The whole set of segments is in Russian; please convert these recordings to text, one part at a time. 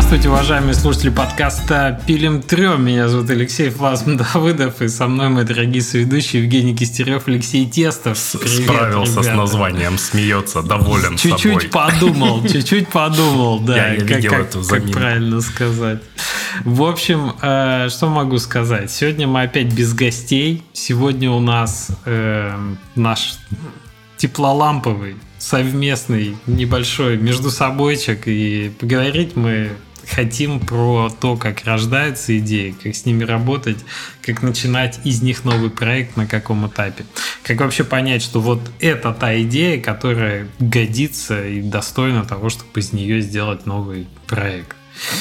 Здравствуйте, уважаемые слушатели подкаста «Пилим трем». Меня зовут Алексей Давыдов, и со мной мои дорогие соведущие Евгений Кистерев, Алексей Тестов. Привет, справился, ребята. С названием, смеется, доволен собой. Чуть-чуть подумал, да, я видел эту заминку. Как правильно сказать. В общем, что могу сказать? Сегодня мы опять без гостей. Сегодня у нас наш теплоламповый совместный небольшой междусобойчик, и поговорить мы хотим про то, как рождаются идеи, как с ними работать, как начинать из них новый проект, на каком этапе. Как вообще понять, что вот это та идея, которая годится и достойна того, чтобы из нее сделать новый проект.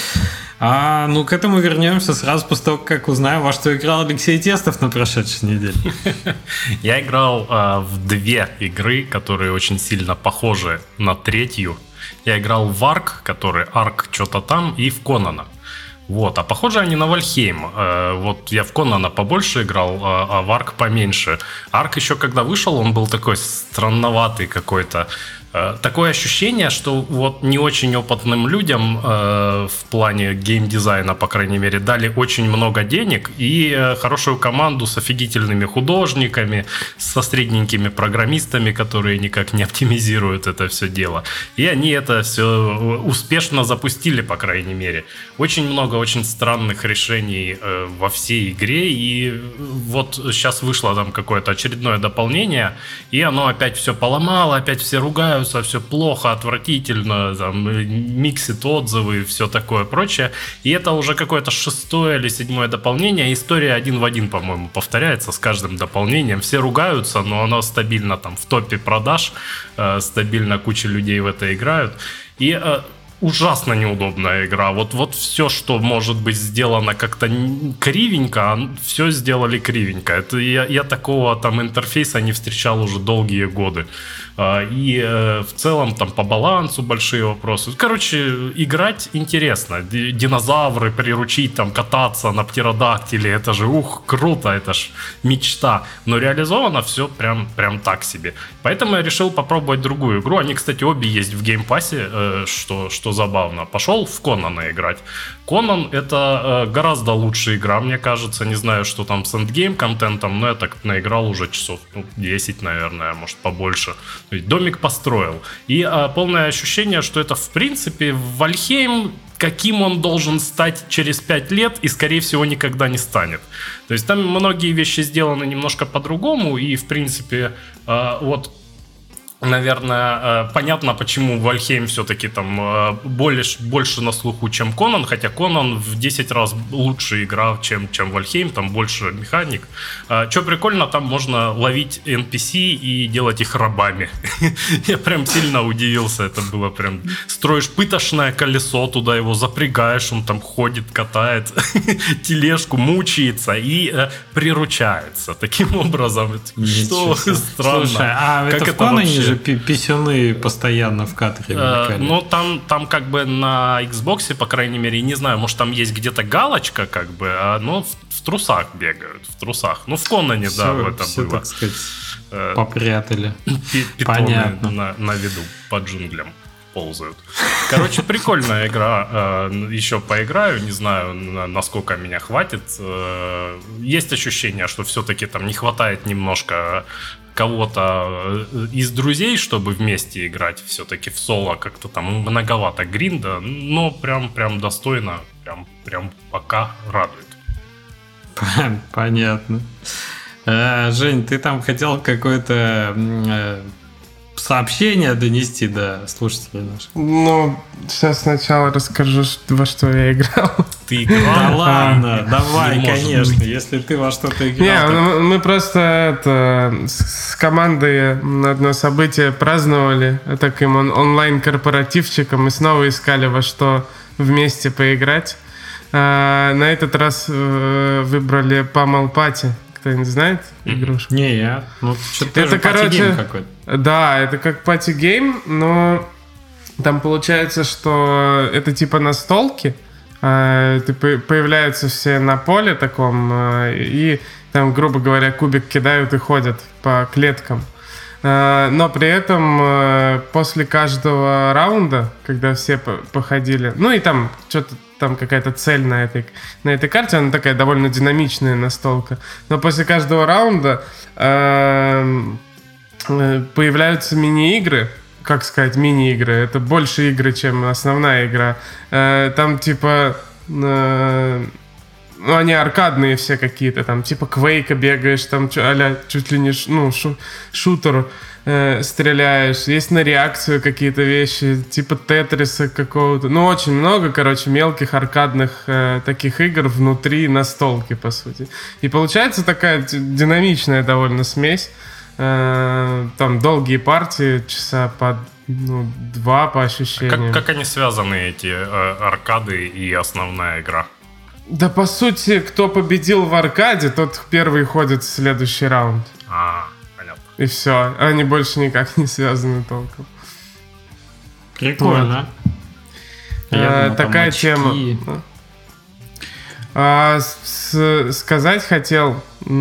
К этому вернемся сразу после того, как узнаем, во что играл Алексей Тестов на прошедшей неделе. Я играл в две игры, которые очень сильно похожи на третью. Я играл в Арк, который Арк что-то там, и в Конана. Вот, а похожи они на Вальхейм. Вот я в Конана побольше играл, а в Арк поменьше. Арк еще когда вышел, он был такой странноватый какой-то. Такое ощущение, что вот не очень опытным людям в плане геймдизайна, по крайней мере, дали очень много денег и хорошую команду с офигительными художниками, со средненькими программистами, которые никак не оптимизируют это все дело. И они это все успешно запустили, по крайней мере. Очень много очень странных решений во всей игре, и вот сейчас вышло там какое-то очередное дополнение, и оно опять все поломало, опять все ругаются, все плохо, отвратительно, там, миксит отзывы и все такое прочее. И это уже какое-то 6-е или 7-е дополнение. История один в один, по-моему, повторяется с каждым дополнением. Все ругаются, но оно стабильно там в топе продаж, стабильно куча людей в это играют. И ужасно неудобная игра. Вот все, что может быть сделано как-то кривенько, все сделали кривенько. Это я такого там интерфейса не встречал уже долгие годы. И в целом там по балансу большие вопросы. Короче, играть интересно. Динозавры приручить, там кататься на птеродактиле, это же круто, это ж мечта. Но реализовано все прям так себе. Поэтому я решил попробовать другую игру. Они, кстати, обе есть в геймпассе, что забавно. Пошел в Конана играть. Конан — это гораздо лучшая игра, мне кажется. Не знаю, что там с эндгейм контентом, но я так наиграл уже часов 10, наверное, может побольше. То есть домик построил. И полное ощущение, что это в принципе Вальхейм, каким он должен стать через 5 лет, и скорее всего никогда не станет. То есть там многие вещи сделаны немножко по-другому, и в принципе наверное, понятно, почему Вальхейм все-таки там больше на слуху, чем Конан, хотя Конан в 10 раз лучше игра, чем Вальхейм, там больше механик. Что прикольно, там можно ловить NPC и делать их рабами. Я прям сильно удивился, это было прям... Строишь пытошное колесо, туда его запрягаешь, он там ходит, катает тележку, мучается и приручается. Таким образом, что странно. Слушай, а это в Конане же писюны постоянно в кадре мелькали. Ну, там как бы на Xbox, по крайней мере, не знаю, может, там есть где-то галочка, как бы, но в трусах бегают, в трусах. Ну, в Конане, да, это все, было. Так сказать, попрятали. Питоны на виду по джунглям ползают. Короче, прикольная игра. Еще поиграю, не знаю, насколько меня хватит. Есть ощущение, что все-таки там не хватает немножко кого-то из друзей, чтобы вместе играть. Все-таки в соло как-то там многовато гринда, но прям достойно, прям пока радует. Понятно. Жень, ты там хотел какое-то сообщение донести до слушателей наших? Ну, сейчас сначала расскажу, во что я играл. Ты играл? Да ладно, давай, конечно, если ты во что-то играл. Не, мы просто с командой на одно событие праздновали таким онлайн-корпоративчиком и снова искали во что вместе поиграть. На этот раз выбрали Pummel Party. Кто-нибудь знает игрушку? Не, я. Ну, что-то это, короче, какой-то. Да, это как пати-гейм, но там получается, что это типа настолки. Появляются все на поле таком, и там, грубо говоря, кубик кидают и ходят по клеткам. Но при этом после каждого раунда, когда все походили, ну и там что-то там какая-то цель на этой карте, она такая довольно динамичная настолка. Но после каждого раунда появляются мини-игры. Как сказать, мини-игры? Это больше игры, чем основная игра. Там типа... Ну, они аркадные все какие-то, там, типа Квейка бегаешь, там, а-ля чуть ли не шутер стреляешь. Есть на реакцию какие-то вещи, типа Тетриса какого-то. Ну, очень много, короче, мелких аркадных таких игр внутри настолки, по сути. И получается такая динамичная довольно смесь. Там долгие партии, часа по 2 по ощущениям. Как они связаны, эти аркады и основная игра? Да, по сути, кто победил в аркаде, тот первый ходит в следующий раунд. Понятно. И все. Они больше никак не связаны толком. Прикольно. Вот. Такая тема. Сказать хотел,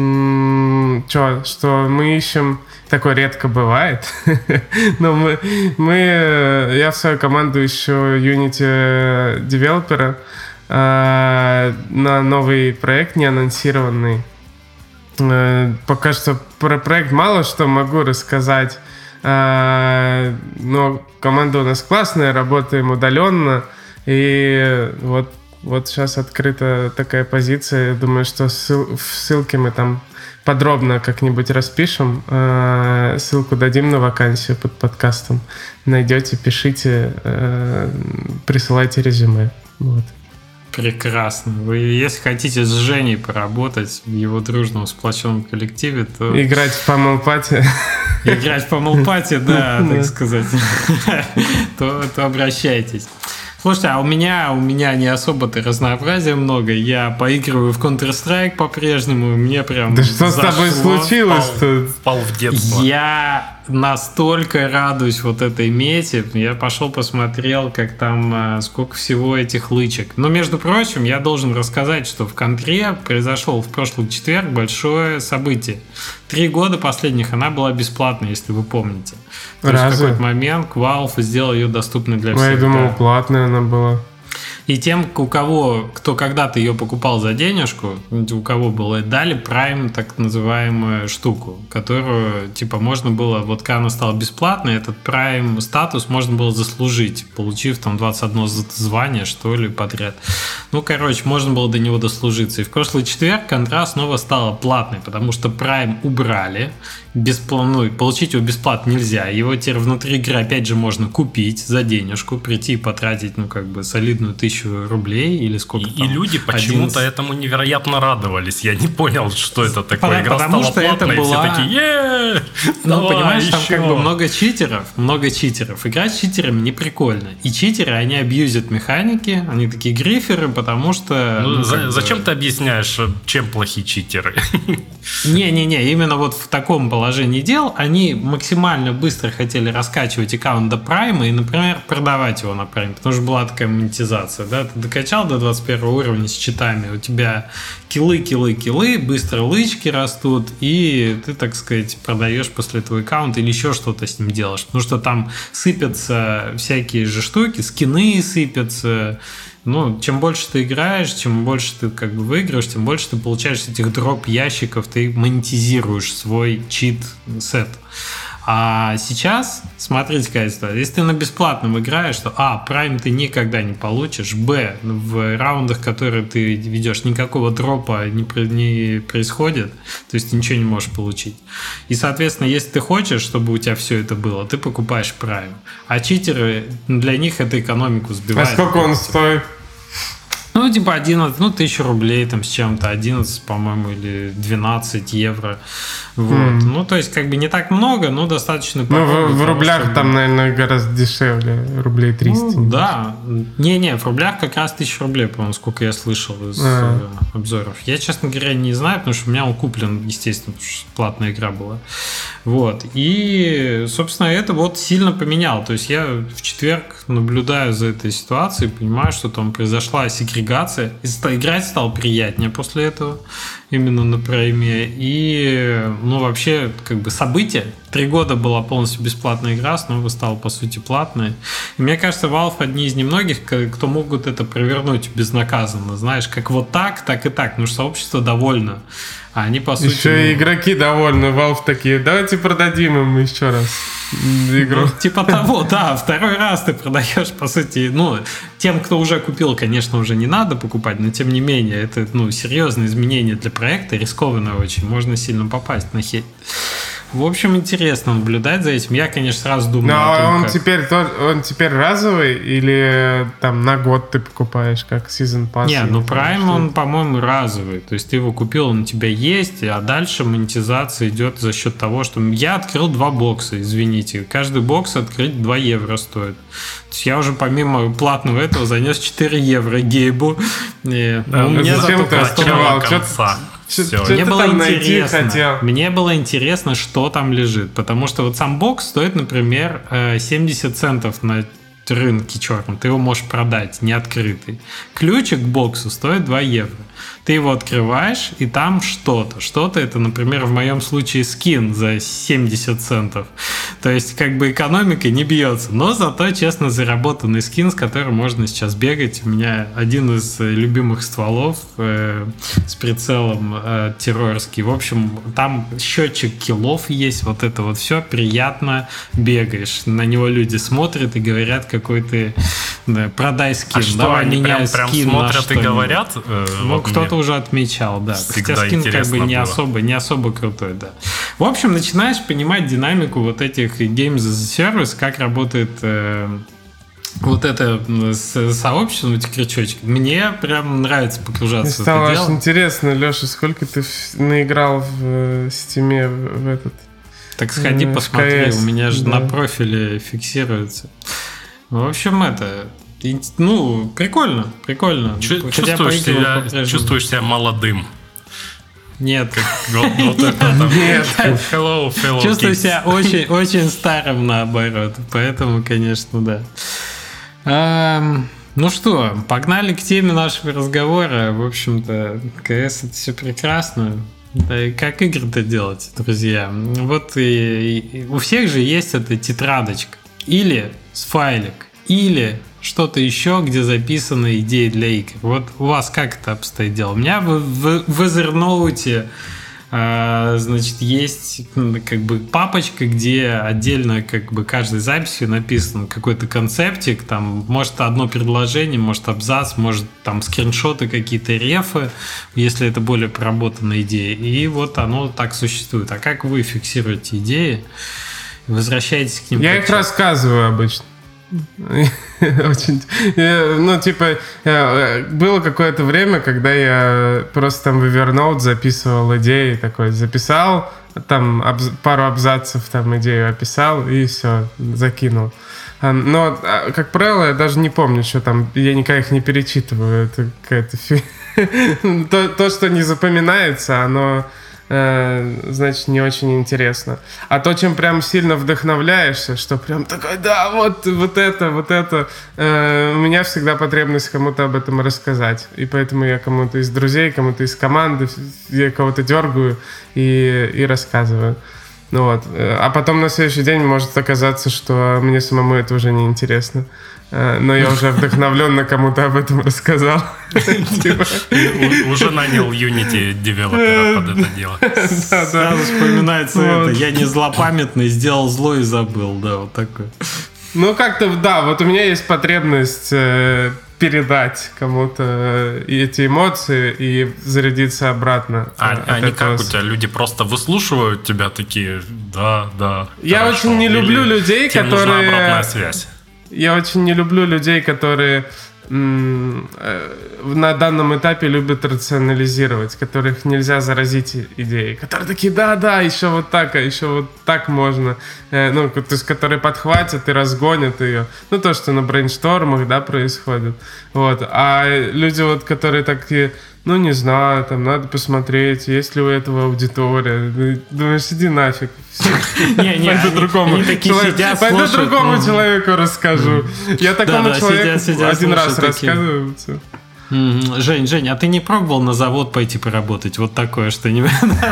что мы ищем... Такое редко бывает. Но я в свою команду ищу Unity девелопера на новый проект, не анонсированный. Пока что про проект мало что могу рассказать, но команда у нас классная, работаем удаленно, и вот сейчас открыта такая позиция. Я думаю, что в ссылке мы там подробно как-нибудь распишем, ссылку дадим на вакансию под подкастом. Найдете, пишите, присылайте резюме. Вот. Прекрасно. Вы, если хотите с Женей поработать в его дружном сплоченном коллективе, то... Играть в Pummel Party. Играть в Pummel Party, да, так сказать. То обращайтесь. Слушайте, а у меня не особо-то разнообразия много. Я поигрываю в Counter-Strike по-прежнему. Мне прям да что с тобой случилось-то? Впал в детство. Я настолько радуюсь вот этой мете. Я пошел посмотрел, как там сколько всего этих лычек. Но, между прочим, я должен рассказать, что в Контре произошел в прошлый четверг большое событие. 3 года последних она была бесплатной, если вы помните. То есть в какой-то момент Valve сделал ее доступной для всех. Я думал, платная она была. И тем, кто когда-то ее покупал за денежку, у кого было, дали Prime, так называемую штуку, которую, типа, можно было, вот когда она стала бесплатной, этот Prime статус можно было заслужить, получив там 21 звание, что ли, подряд. Ну, короче, можно было до него дослужиться. И в прошлый четверг Contra снова стала платной, потому что Prime убрали, получить его бесплатно нельзя. Его теперь внутри игры опять же можно купить за денежку, прийти и потратить, солидную 1000 рублей или сколько там. И люди почему-то этому невероятно радовались. Я не понял, что это такое. Игра потому стала что платной, это была... и все такие, Ну, понимаешь, там еще. как бы много читеров. Играть с читерами не прикольно. И читеры, они абьюзят механики, они такие гриферы, потому что... Зачем ты объясняешь, чем плохие читеры? Не-не-не, именно вот в таком положении дел они максимально быстро хотели раскачивать аккаунт до Прайма и, например, продавать его на Прайм, потому что была такая монетизация, да, ты докачал до 21 уровня с читами, у тебя киллы, быстро лычки растут, и ты, так сказать, продаешь после этого аккаунт или еще что-то с ним делаешь, потому что там сыпятся всякие же штуки, скины сыпятся. Ну, чем больше ты играешь, чем больше ты как бы выигрываешь, тем больше ты получаешь этих дроп-ящиков, ты монетизируешь свой чит-сет. А сейчас, смотрите, какая история. Если ты на бесплатном играешь, то Prime ты никогда не получишь, в раундах, которые ты ведешь, никакого дропа не происходит, то есть ты ничего не можешь получить. И, соответственно, если ты хочешь, чтобы у тебя все это было, ты покупаешь Prime. А читеры, для них это экономику сбивает. А сколько он стоит? Ну, типа 11, 1000 рублей там с чем-то, 11, по-моему, или 12 евро. Вот. Ну, то есть, как бы не так много, но достаточно. В рублях чтобы... там, наверное, гораздо дешевле, рублей 300. Ну, да. Не, в рублях как раз 1000 рублей, по-моему, сколько я слышал из обзоров. Я, честно говоря, не знаю, потому что у меня он куплен, естественно, потому что платная игра была. Вот. И, собственно, это вот сильно поменяло. То есть, я в четверг наблюдаю за этой ситуацией, понимаю, что там произошла сегрегация. Играть стало приятнее после этого. именно на прайме. И, ну, вообще, как бы событие. 3 года была полностью бесплатная игра, снова стала, по сути, платной. И мне кажется, Valve одни из немногих, кто могут это провернуть безнаказанно. Знаешь, как вот так и так. Потому что сообщество довольно. А они, по сути... Еще и игроки довольны. Valve такие, давайте продадим им еще раз игру. Ну, типа того, да. Второй раз ты продаешь, по сути, ну, тем, кто уже купил, конечно, уже не надо покупать, но тем не менее, это, ну, серьезное изменение для проекта, рискованное очень. Можно сильно попасть на хейт. В общем, интересно наблюдать за этим. Я, конечно, сразу думаю... Но он теперь разовый или там на год ты покупаешь, как Season Pass? Не, ну Prime, он, по-моему, разовый. То есть ты его купил, он у тебя есть, а дальше монетизация идет за счет того, что я открыл 2 бокса, извините. Каждый бокс открыть 2 евро стоит. То есть я уже помимо платного этого занес 4 евро Гейбу. Зачем ты открывал? Мне было интересно. Мне было интересно, что там лежит. Потому что вот сам бокс стоит, например, 70 центов на рынке черном. Ты его можешь продать, не открытый. Ключик к боксу стоит 2 евро. Ты его открываешь, и там что-то. Что-то это, например, в моем случае скин за 70 центов. То есть, как бы экономика не бьется. Но зато, честно, заработанный скин, с которым можно сейчас бегать. У меня один из любимых стволов с прицелом террорский. В общем, там счетчик киллов есть. Вот это вот все приятно бегаешь. На него люди смотрят и говорят, какой ты... Да, продай скин. А что, давай они меняй прям скин смотрят на и говорят? Ну, кто-то уже отмечал, да. Всегда хотя скин как бы не было. особо крутой, да. В общем, начинаешь понимать динамику вот этих Games as a Service, как работает вот это сообщество, эти крючочки. Мне прям нравится погружаться в это дело. Стало очень интересно, Леша, сколько ты наиграл в Steam в этот... Так сходи, посмотри, у меня же на профиле фиксируется. В общем, это... Ну, прикольно. Чувствуешь себя молодым? Нет. Нет. Hello, fellow Чувствую kids. себя очень, очень старым, наоборот. Поэтому, конечно, да. Ну что, погнали к теме нашего разговора. В общем-то, КС — это все прекрасно. Да и как игры-то делать, друзья? Вот и у всех же есть эта тетрадочка. Или с файлик, или что-то еще, где записаны идеи для игр. Вот у вас как это обстоит дело? У меня в Evernote, значит, есть как бы папочка, где отдельно как бы каждой записью написан какой-то концептик, там, может, одно предложение, может, абзац, может, там, скриншоты какие-то, рефы, если это более проработанная идея. И вот оно так существует. А как вы фиксируете идеи? Возвращаетесь к ним? Я их рассказываю обычно. Очень, ну, типа, было какое-то время, когда я просто там в Evernote записывал идеи, такой записал, там пару абзацев там идею описал и все, закинул. Но, как правило, я даже не помню, что там, я никогда их не перечитываю, это какая-то то, что не запоминается, оно... значит, не очень интересно. А то, чем прям сильно вдохновляешься, что прям такой, да, вот это, у меня всегда потребность кому-то об этом рассказать. И поэтому я кому-то из друзей, кому-то из команды, я кого-то дергаю и рассказываю. Ну вот. А потом на следующий день может оказаться, что мне самому это уже не интересно. Но я уже вдохновленно кому-то об этом рассказал. Уже нанял Unity девелопера под это дело. Сразу вспоминается это. Я не злопамятный, сделал зло и забыл. Да, вот такое. Ну, как-то, да, вот у меня есть потребность передать кому-то эти эмоции и зарядиться обратно. Они как у тебя? Люди просто выслушивают тебя такие, да. Я очень не люблю людей, которые... нужна обратная связь. Я очень не люблю людей, которые на данном этапе любят рационализировать, которых нельзя заразить идеей, которые такие, да, еще вот так, а еще вот так можно, ну, то есть, которые подхватят и разгонят ее, ну, то, что на брейнштормах, да, происходит, вот, а люди вот, которые такие, ну, не знаю, там, надо посмотреть, есть ли у этого аудитория, думаешь, иди нафиг, пойду другому человеку расскажу. Я такому человеку один раз рассказываю. Жень, а ты не пробовал на завод пойти поработать? Вот такое что-нибудь.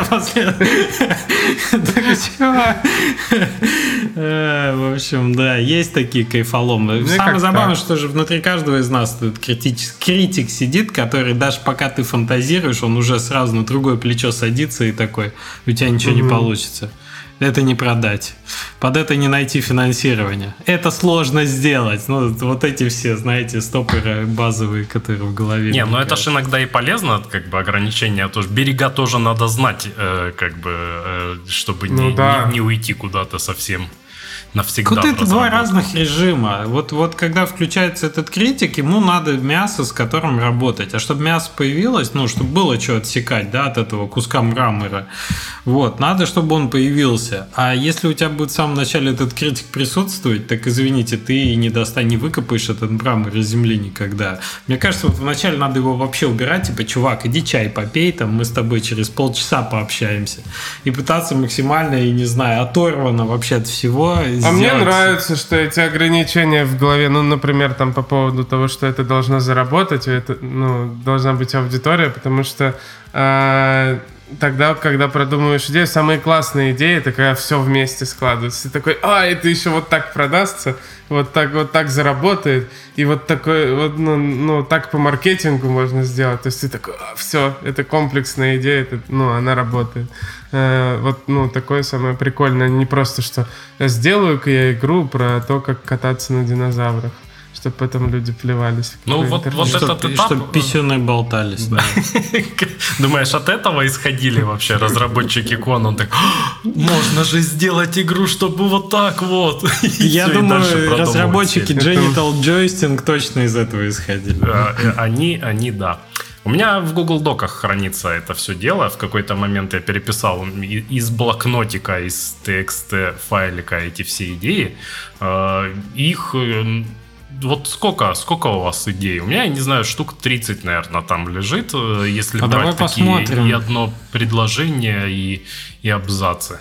В общем, да, есть такие кайфоломы. Самое забавное, что же внутри каждого из нас тут критик сидит, который даже пока ты фантазируешь, он уже сразу на другое плечо садится и такой, у тебя ничего не получится. Это не продать. Под это не найти финансирование. Это сложно сделать. Ну, вот эти все, знаете, стопоры базовые, которые в голове. Не, ну это ж иногда и полезно, как бы ограничения тоже. Берега тоже надо знать, как бы, чтобы не уйти куда-то совсем. Навсегда. Вот это два разных режима. Вот когда включается этот критик, ему надо мясо, с которым работать. А чтобы мясо появилось, ну, чтобы было что отсекать, да, от этого куска мрамора, вот, надо, чтобы он появился. А если у тебя будет в самом начале этот критик присутствовать, так, извините, ты не выкопаешь этот мрамор из земли никогда. Мне кажется, вот вначале надо его вообще убирать, типа, чувак, иди чай попей, там, мы с тобой через полчаса пообщаемся. И пытаться максимально, я не знаю, оторвано вообще от всего. А мне нравится, что эти ограничения в голове, ну, например, там по поводу того, что это должно заработать, это, ну, должна быть аудитория, потому что тогда, когда продумываешь идею, самые классные идеи, это когда все вместе складывается. Ты такой, это еще вот так продастся, вот так заработает, и вот такой, вот, ну, так по маркетингу можно сделать. То есть ты такой, все, это комплексная идея, это, ну, она работает. Вот, ну, такое самое прикольное. Не просто, что сделаю-ка я игру про то, как кататься на динозаврах, чтобы потом люди плевались. Ну, вот этот этап... Чтобы писюны болтались. Да. Думаешь, от этого исходили вообще разработчики Кон? Он так, можно же сделать игру, чтобы вот так вот. Я думаю, разработчики Genital Joystick точно из этого исходили. Они, да. У меня в Google Доках хранится это все дело. В какой-то момент я переписал из блокнотика, из TXT файлика эти все идеи. Их... Вот сколько у вас идей? У меня, я не знаю, штук 30, наверное, там лежит. Если брать такие и одно предложение, и абзацы.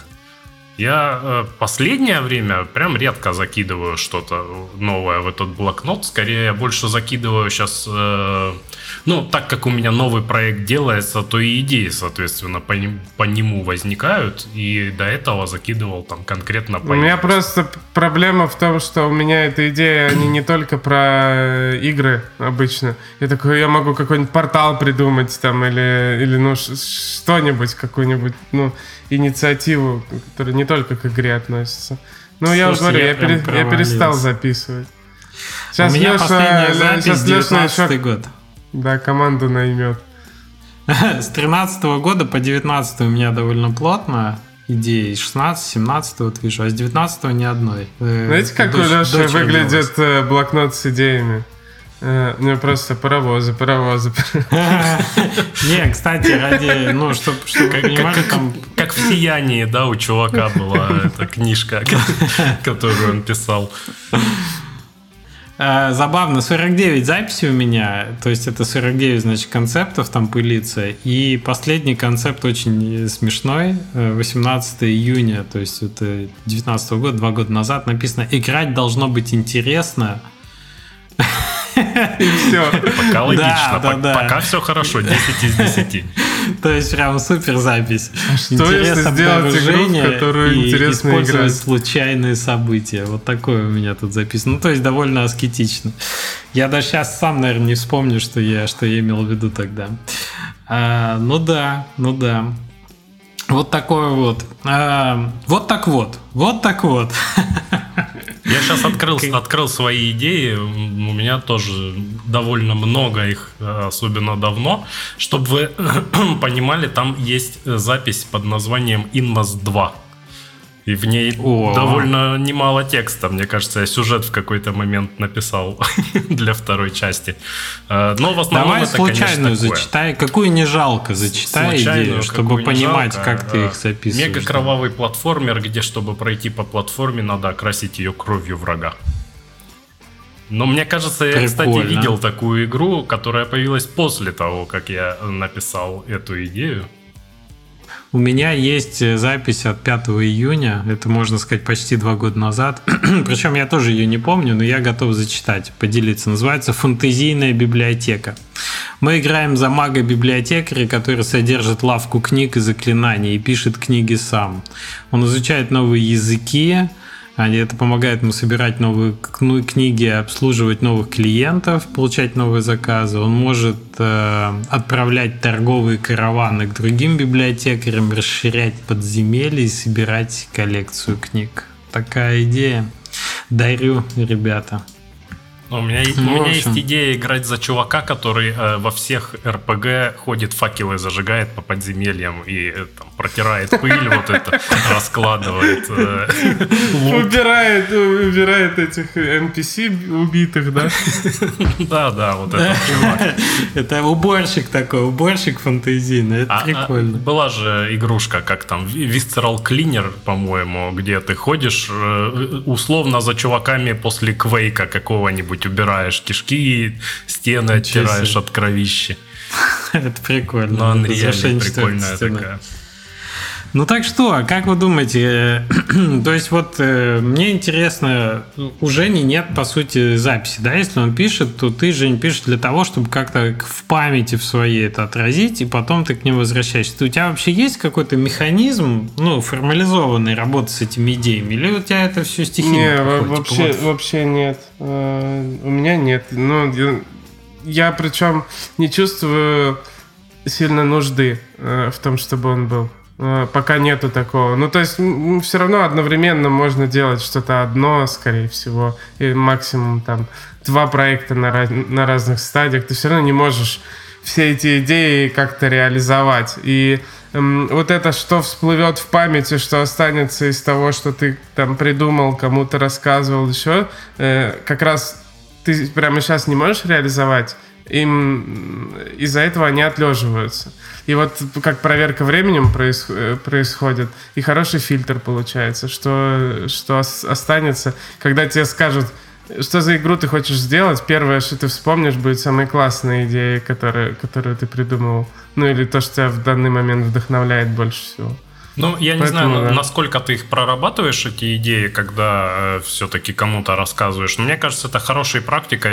Я последнее время прям редко закидываю что-то новое в этот блокнот. Скорее, я больше закидываю сейчас... Ну, так как у меня новый проект делается, то и идеи, соответственно, по нему возникают. И до этого закидывал там конкретно по... У меня просто проблема в том, что у меня эта идея, они не только про игры обычно. Я такой, я могу какой-нибудь портал придумать там или ну, что-нибудь, какую-нибудь, ну, инициативу, которая не только к игре относится. Ну, я уже говорю, я перестал записывать. Сейчас у меня последняя запись 19-й год. Да, команду наймет. С 13-го года по 19-й у меня довольно плотно идеи. 16-17 вот вижу, а с 19-го ни одной. Знаете, как у Леши выглядит блокнот с идеями? У меня просто паровозы. Не, кстати, ну, чтобы понимали, там... Как в «Сиянии», да, у чувака была эта книжка, которую он писал. Забавно, 49 записей у меня, то есть это 49, значит, концептов там пылится, и последний концепт очень смешной, 18 июня, то есть это 19 года, 2 года назад написано «Играть должно быть интересно». И все. Пока логично, пока все хорошо, 10 из 10. То есть прям супер запись. Что если сделать игру, в которую интересно играть? Использовать случайные события. Вот такое у меня тут записано. Ну, то есть довольно аскетично. Я даже сейчас сам, наверное, не вспомню, что я имел в виду тогда. Ну да. Вот такое вот. Вот так вот. Я сейчас открыл свои идеи. У меня тоже довольно много их, особенно давно. Чтобы вы понимали, там есть запись под названием Inmas 2. И в ней довольно немало текста. Мне кажется, я сюжет в какой-то момент написал для второй части. Но в основном давай это, случайную зачитай. Какую не жалко, зачитай идею, чтобы понимать, как ты их записываешь. Мега-кровавый платформер, где, чтобы пройти по платформе, надо окрасить ее кровью врага. Но мне кажется, я, кстати, видел такую игру, которая появилась после того, как я написал эту идею. У меня есть запись от 5 июня, это, можно сказать, почти 2 года назад. Причем я тоже ее не помню, но я готов зачитать, поделиться. Называется «Фантазийная библиотека». Мы играем за мага-библиотекаря, который содержит лавку книг и заклинаний и пишет книги сам. Он изучает новые языки, это помогает ему собирать новые книги, обслуживать новых клиентов, получать новые заказы. Он может отправлять торговые караваны к другим библиотекарям, расширять подземелья и собирать коллекцию книг. Такая идея. Дарю, ребята. У меня есть идея играть за чувака, который во всех РПГ ходит, факелы зажигает по подземельям и там, протирает пыль, вот это раскладывает. Убирает этих NPC убитых, да? Да, вот это чувак. Это уборщик такой, уборщик фантазийный, это прикольно. Была же игрушка, как там, Visceral Cleaner, по-моему, где ты ходишь условно за чуваками после квейка какого-нибудь, убираешь кишки, стены оттираешь от кровищи. Это прикольно. Но реально прикольная такая. Ну так что, как вы думаете, то есть вот мне интересно, у Жени нет, по сути, записи, да, если он пишет, то ты, Жень, пишешь для того, чтобы как-то в памяти в своей это отразить, и потом ты к нему возвращаешься. У тебя вообще есть какой-то механизм, формализованной работы с этими идеями, или у тебя это все стихийно? Не, вообще нет. У меня нет. Я причем не чувствую сильно нужды в том, чтобы он был. Пока нету такого. То есть все равно одновременно можно делать что-то одно, скорее всего, и максимум там 2 проекта на разных стадиях. Ты все равно не можешь все эти идеи как-то реализовать. И вот это, что всплывет в памяти, что останется из того, что ты там придумал, кому-то рассказывал еще, как раз ты прямо сейчас не можешь реализовать, им из-за этого они отлеживаются. И вот как проверка временем происходит, и хороший фильтр получается, что останется, когда тебе скажут, что за игру ты хочешь сделать, первое, что ты вспомнишь, будет самая классная идея, которую ты придумал, или то, что тебя в данный момент вдохновляет больше всего. Я не знаю, насколько ты их прорабатываешь, эти идеи, когда все-таки кому-то рассказываешь. Но мне кажется, это хорошая практика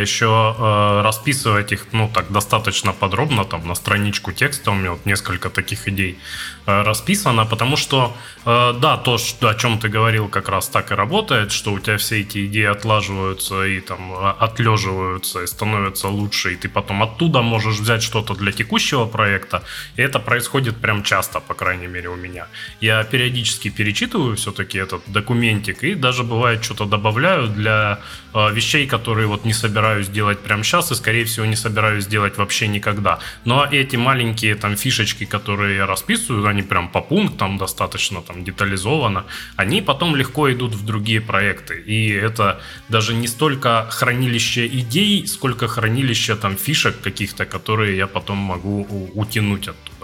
еще расписывать их, так достаточно подробно, там на страничку текста у меня вот несколько таких идей расписано, потому что, да, то, о чем ты говорил, как раз так и работает, что у тебя все эти идеи отлаживаются и там отлеживаются и становятся лучше, и ты потом оттуда можешь взять что-то для текущего проекта, и это происходит прям часто, по крайней мере, у меня. Я периодически перечитываю все-таки этот документик и даже бывает что-то добавляю для вещей, которые вот не собираюсь делать прямо сейчас и, скорее всего, не собираюсь делать вообще никогда. Но эти маленькие там фишечки, которые я расписываю, они прям по пунктам достаточно там детализованно, они потом легко идут в другие проекты. И это даже не столько хранилище идей, сколько хранилище там фишек каких-то, которые я потом могу утянуть оттуда.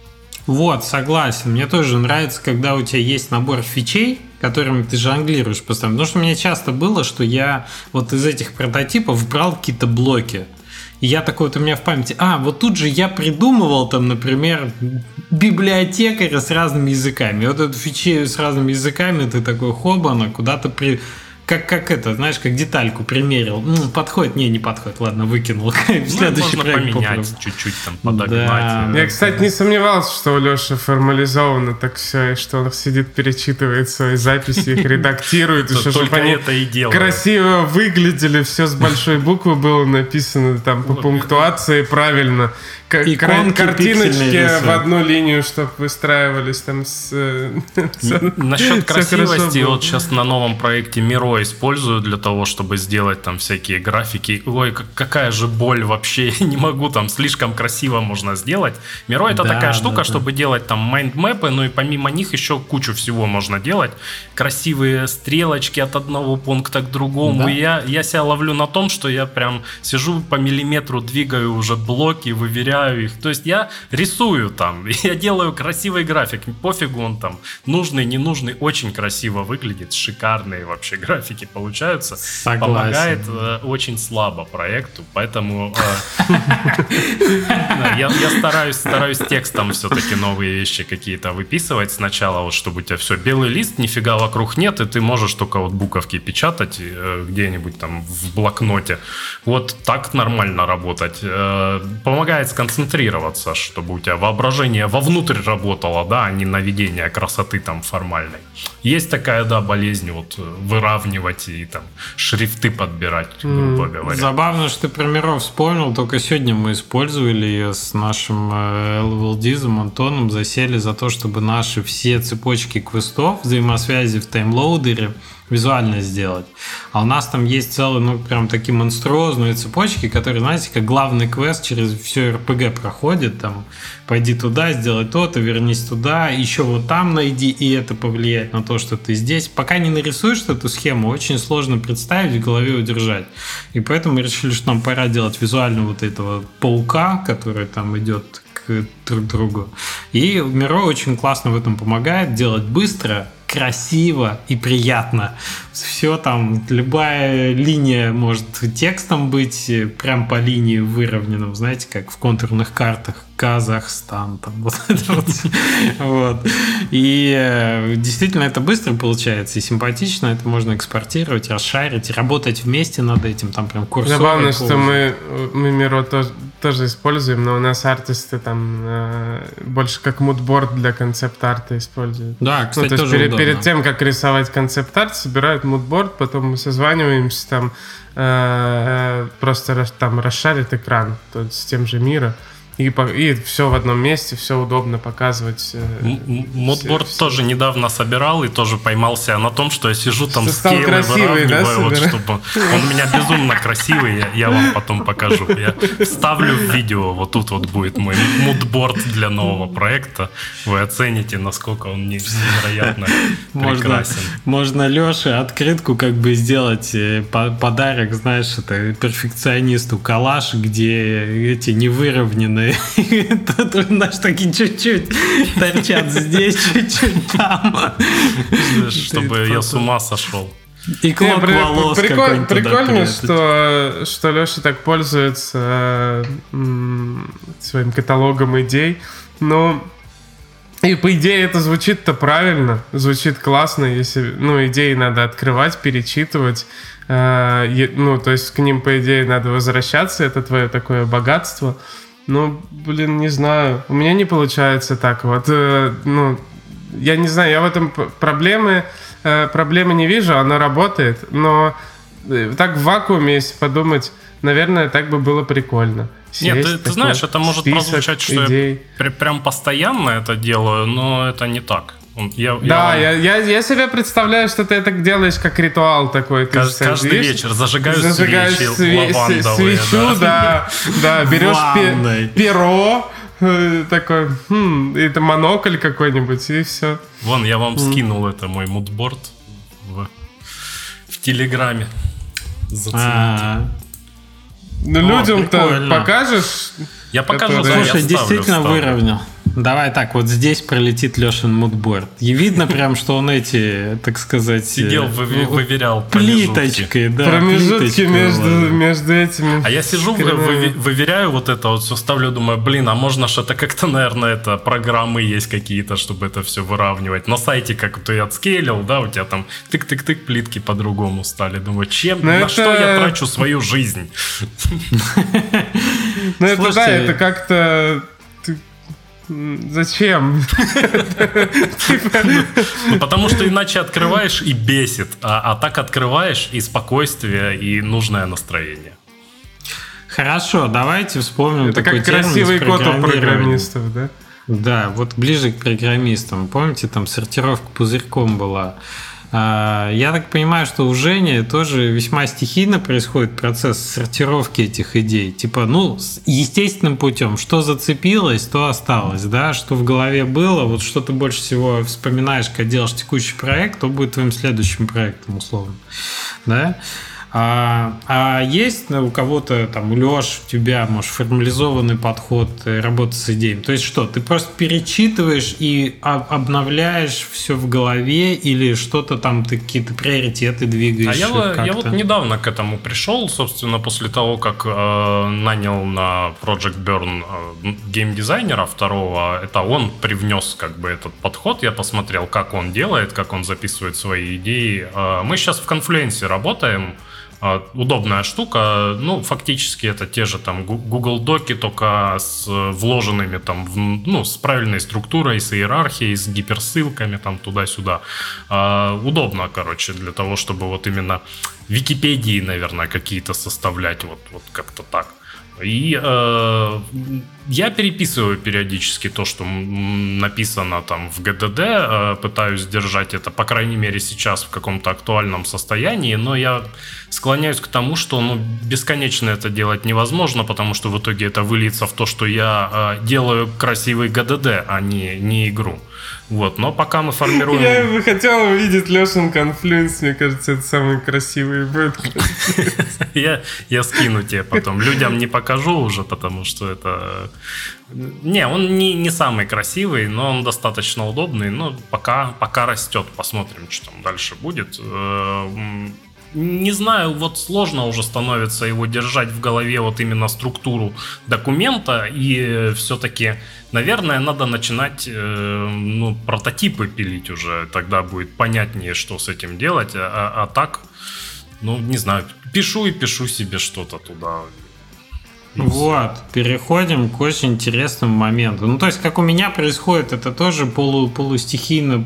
Вот, согласен. Мне тоже нравится, когда у тебя есть набор фичей, которыми ты жонглируешь постоянно. Потому что у меня часто было, что я вот из этих прототипов брал какие-то блоки. И я такой вот у меня в памяти, вот тут же я придумывал там, например, библиотекаря с разными языками. Вот эту фичи с разными языками ты такой хобана куда-то как это, знаешь, как детальку примерил. Подходит? Не подходит. Ладно, выкинул. Следующий проект поменять, попробуем. Чуть-чуть там подогнать. Я, кстати, не сомневался, что у Леши формализовано так все, и что он сидит, перечитывает свои записи, их редактирует, чтобы они красиво выглядели, все с большой буквы было написано там по пунктуации правильно. Картиночки в одну линию, чтобы выстраивались там Насчет красивости, вот сейчас на новом проекте Миро использую для того, чтобы сделать там всякие графики. Ой, какая же боль вообще, я не могу, там слишком красиво можно сделать. Миро это такая штука, чтобы делать там майндмэпы, и помимо них еще кучу всего можно делать. Красивые стрелочки от одного пункта к другому. Да. Я себя ловлю на том, что я прям сижу по миллиметру, двигаю уже блоки, выверяю оформляю их. То есть я рисую там, я делаю красивый график. Пофигу он там нужный, ненужный, очень красиво выглядит. Шикарные вообще графики получаются. Согласен. Помогает очень слабо проекту, поэтому я стараюсь текстом все-таки новые вещи какие-то выписывать сначала, вот чтобы у тебя все белый лист, нифига вокруг нет, и ты можешь только вот буковки печатать где-нибудь там в блокноте. Вот так нормально работать. Помогает сконцентрироваться, чтобы у тебя воображение вовнутрь работало, да, а не наведение красоты там формальной. Есть такая, да, болезнь, вот выравнивать и там шрифты подбирать, грубо говоря. Забавно, что ты про Миро вспомнил, только сегодня мы использовали ее с нашим LVLD-зом Антоном, засели за то, чтобы наши все цепочки квестов, взаимосвязи в таймлоудере визуально сделать. А у нас там есть целые, ну, прям такие монструозные цепочки, которые, знаете, как главный квест через все РПГ проходит, там, пойди туда, сделай то-то, вернись туда, еще вот там найди, и это повлияет на то, что ты здесь. Пока не нарисуешь эту схему, очень сложно представить, в голове удержать. И поэтому мы решили, что нам пора делать визуально вот этого паука, который там идет к друг другу. И Миро очень классно в этом помогает делать быстро, красиво и приятно. Все там, любая линия может текстом быть, прям по линии выровненным, знаете, как в контурных картах. Казахстан, там, вот это вот. Вот. И действительно это быстро получается и симпатично, это можно экспортировать, расшарить, работать вместе над этим, там прям курсоры. Забавно, что мы Миро тоже используем, но у нас артисты там больше как мудборд для концепт-арта используют. Да, кстати, то есть тоже перед тем, как рисовать концепт-арт, собирают мудборд, потом мы созваниваемся, там просто там расшарит экран с тем же Миро. И все в одном месте, все удобно показывать. Мудборд тоже недавно собирал и тоже поймался на том, что я сижу там скейлы выравниваю, да, вот, чтобы он у меня безумно красивый, я вам потом покажу. Я вставлю в видео, вот тут вот будет мой мудборд для нового проекта. Вы оцените, насколько он невероятно прекрасен. Можно Лёше открытку как бы сделать подарок, знаешь, это перфекционисту калаш, где эти невыровненные наш такие чуть-чуть торчат здесь, чуть-чуть там. Чтобы я с ума сошел. И клок волос какой-нибудь. Прикольно, что Леша так пользуется своим каталогом идей. Но и по идее это звучит-то правильно, звучит классно, если идеи надо открывать, перечитывать. То есть к ним, по идее, надо возвращаться, это твое такое богатство. Не знаю. У меня не получается так. Вот, я не знаю, я в этом проблемы не вижу, она работает, но так в вакууме, если подумать, наверное, так бы было прикольно. Нет, ты знаешь, это может прозвучать, что я прям постоянно это делаю, но это не так. Я себе представляю, что ты это делаешь как ритуал такой. Ты каждый вечер зажигаешь свечи лавандовые. Свечу, да, берешь перо, такой, это монокль какой-нибудь, и все. Вон, я вам скинул это, мой мудборд в Телеграме. Зацените. Людям-то покажешь? Я покажу, слушай, действительно выровнял. Давай так, вот здесь пролетит Лешин мудборд. И видно прям, что он эти, так сказать... Сидел, выверял плиточкой, да. Промежутки между этими... А я сижу, выверяю вот это, вот все ставлю, думаю, а можно что-то как-то, наверное, это программы есть какие-то, чтобы это все выравнивать. На сайте как ты отскейлил, да, у тебя там тык-тык-тык, плитки по-другому стали. Думаю, на что я трачу свою жизнь? Это как-то... Зачем? Потому что иначе открываешь и бесит, а так открываешь и спокойствие, и нужное настроение. Хорошо, давайте вспомним это такой термин. Это как красивый код у программистов, да? Да, вот ближе к программистам. Помните, там сортировка пузырьком была. Я так понимаю, что у Жени тоже весьма стихийно происходит процесс сортировки этих идей. Типа, естественным путем, что зацепилось, то осталось, да, что в голове было, вот что ты больше всего вспоминаешь, когда делаешь текущий проект, то будет твоим следующим проектом, условно, да. А есть у кого-то, там, у Лёш, у тебя, может, формализованный подход работы с идеями? То есть что, ты просто перечитываешь и обновляешь все в голове или что-то там, ты какие-то приоритеты двигаешь? Я вот недавно к этому пришел, собственно, после того, как нанял на Project Burn геймдизайнера второго, это он привнес как бы этот подход, я посмотрел, как он делает, как он записывает свои идеи. Мы сейчас в Confluence работаем. Удобная штука, ну, фактически это те же там Google Доки, только с вложенными там, ну, с правильной структурой, с иерархией, с гиперссылками там туда-сюда. Удобно, короче, для того, чтобы вот именно Википедии, наверное, какие-то составлять, вот как-то так. И я переписываю периодически то, что написано там в GDD, пытаюсь держать это, по крайней мере, сейчас в каком-то актуальном состоянии, но я склоняюсь к тому, что бесконечно это делать невозможно, потому что в итоге это выльется в то, что я делаю красивый GDD, а не игру. Вот, но пока мы формируем... Я бы хотел увидеть Лешин Confluence, мне кажется, это самый красивый будет. Я скину тебе потом. Людям не покажу уже, потому что это... Не, он не самый красивый, но он достаточно удобный. Но пока растет, посмотрим, что там дальше будет. Не знаю, вот сложно уже становится его держать в голове, вот именно структуру документа, и все-таки, наверное, надо начинать прототипы пилить уже, тогда будет понятнее, что с этим делать, а так, не знаю, пишу себе что-то туда. Вот, переходим к очень интересному моменту. Ну, то есть, как у меня происходит, это тоже полустихийно,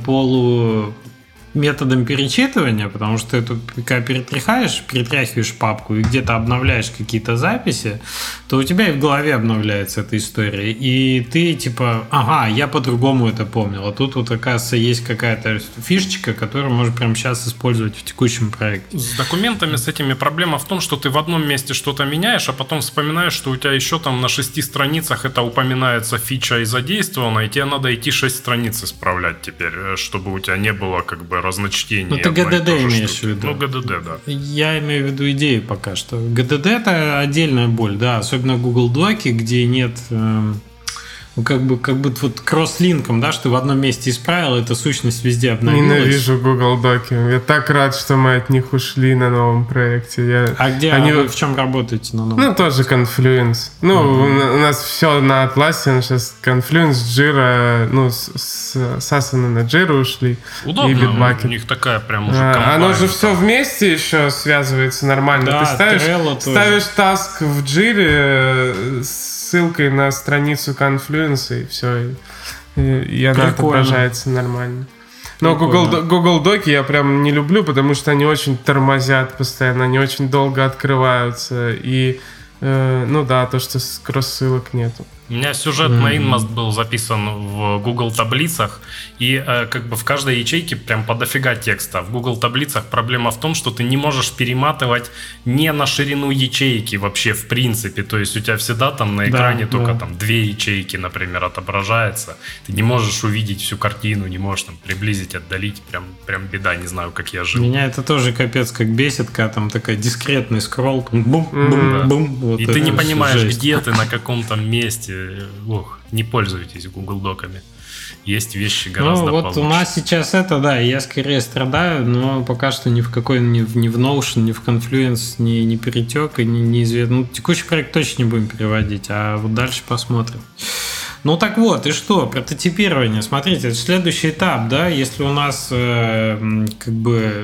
методом перечитывания, потому что ты тут, когда перетряхиваешь папку и где-то обновляешь какие-то записи, то у тебя и в голове обновляется эта история. И ты типа, я по-другому это помнил. А тут вот, оказывается, есть какая-то фишечка, которую можно прямо сейчас использовать в текущем проекте. С документами, с этими проблема в том, что ты в одном месте что-то меняешь, а потом вспоминаешь, что у тебя еще там на 6 страницах это упоминается фича и задействована, и тебе надо идти 6 страниц исправлять теперь, чтобы у тебя не было как бы разночтений. Ну, ты GDD имеешь в виду? Ну, GDD, да. Я имею в виду идею пока что. GDD — это отдельная боль, да, особенно Google Доки, где нет... как будто вот кросс-линком, да, что ты в одном месте исправил, эта сущность везде обновилась. Ненавижу Google Доки. Я так рад, что мы от них ушли на новом проекте. Вы в чем работаете на новом? Ну, тоже Confluence. У нас все на Atlassian, сейчас Confluence, Jira, с Asana на Jira ушли. Удобно, и Bitbucket. У них такая прям уже компания. Оно же все вместе еще связывается нормально. Да, ты ставишь таск в Jira с ссылкой на страницу Confluence, и все, и она отображается нормально. Но Google Доки я прям не люблю, потому что они очень тормозят постоянно, они очень долго открываются, и то, что кросс-ссылок нету. У меня сюжет на Inmost был записан в Google таблицах, и как бы в каждой ячейке прям по дофига текста. В Google таблицах проблема в том, что ты не можешь перематывать не на ширину ячейки вообще в принципе. То есть у тебя всегда там на экране только там 2 ячейки, например, отображается. Ты не можешь увидеть всю картину, не можешь там приблизить, отдалить. Прям беда, не знаю, как я жил. Меня это тоже капец как бесит, когда там такая дискретный скролл, бум-бум-бум. Вот и ты не понимаешь, где ты, на каком там месте. Не пользуйтесь Google Доками. Есть вещи гораздо получше. У нас сейчас я скорее страдаю, но пока что ни в Notion, ни в Confluence не перетек и неизвестно. Текущий проект точно не будем переводить, а вот дальше посмотрим. Так вот, и что? Прототипирование. Смотрите, это следующий этап, да? Если у нас это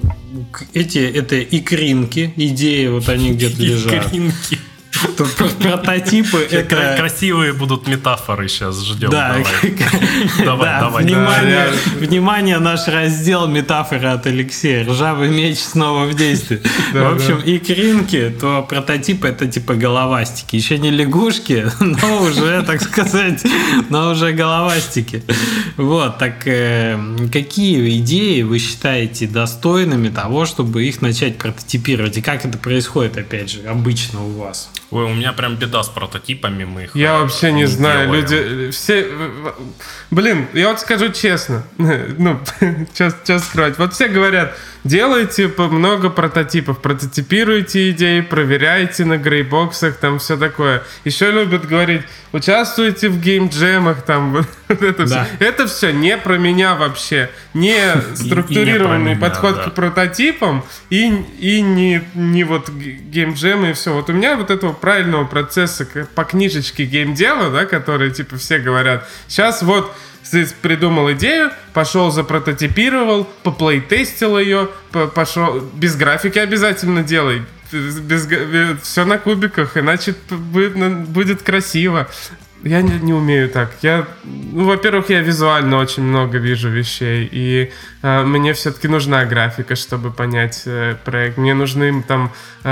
икринки, идеи, вот они где-то лежат. Икринки. Прототипы это... Красивые будут метафоры сейчас, ждем. Да, давай. Внимание, наш раздел метафоры от Алексея. Ржавый меч снова в действии. В общем, икринки, то прототипы это типа головастики. Еще не лягушки, но уже, так сказать, уже головастики. Вот, так какие идеи вы считаете достойными того, чтобы их начать прототипировать? И как это происходит, опять же, обычно у вас? Ой, у меня прям беда с прототипами, мы их я вообще не знаю, делаем. люди все... Блин, я вот скажу честно, сейчас скрывать. Вот все говорят, делайте много прототипов, прототипируйте идеи, проверяйте на грейбоксах, там все такое. Еще любят говорить, участвуйте в геймджемах, там вот это все. Это все не про меня вообще. Не структурированный подход к прототипам и не вот геймджемы и все. Вот у меня вот этого правильного процесса по книжечке геймдева, да, который типа все говорят, сейчас вот ты придумал идею, пошел запрототипировал, поплейтестил ее, пошел без графики обязательно делай, все на кубиках, иначе будет красиво. Я не умею так. Во-первых, я визуально очень много вижу вещей, и мне все-таки нужна графика, чтобы понять проект. Мне нужны там...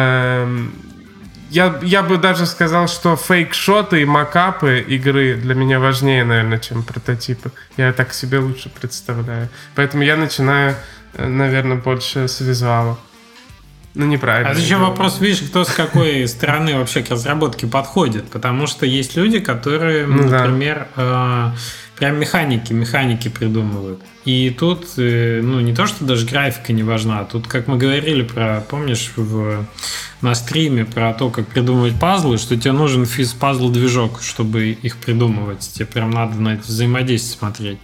Я бы даже сказал, что фейк-шоты и макапы игры для меня важнее, наверное, чем прототипы. Я так себе лучше представляю. Поэтому я начинаю, наверное, больше с визуала. Ну, неправильно. А еще вопрос, видишь, кто с какой стороны вообще к разработке подходит. Потому что есть люди, которые, например, прям механики придумывают. И тут, не то, что даже графика не важна. Тут, как мы говорили помнишь, на стриме про то, как придумывать пазлы, что тебе нужен физ-пазл-движок, чтобы их придумывать. Тебе прям надо на это взаимодействие смотреть.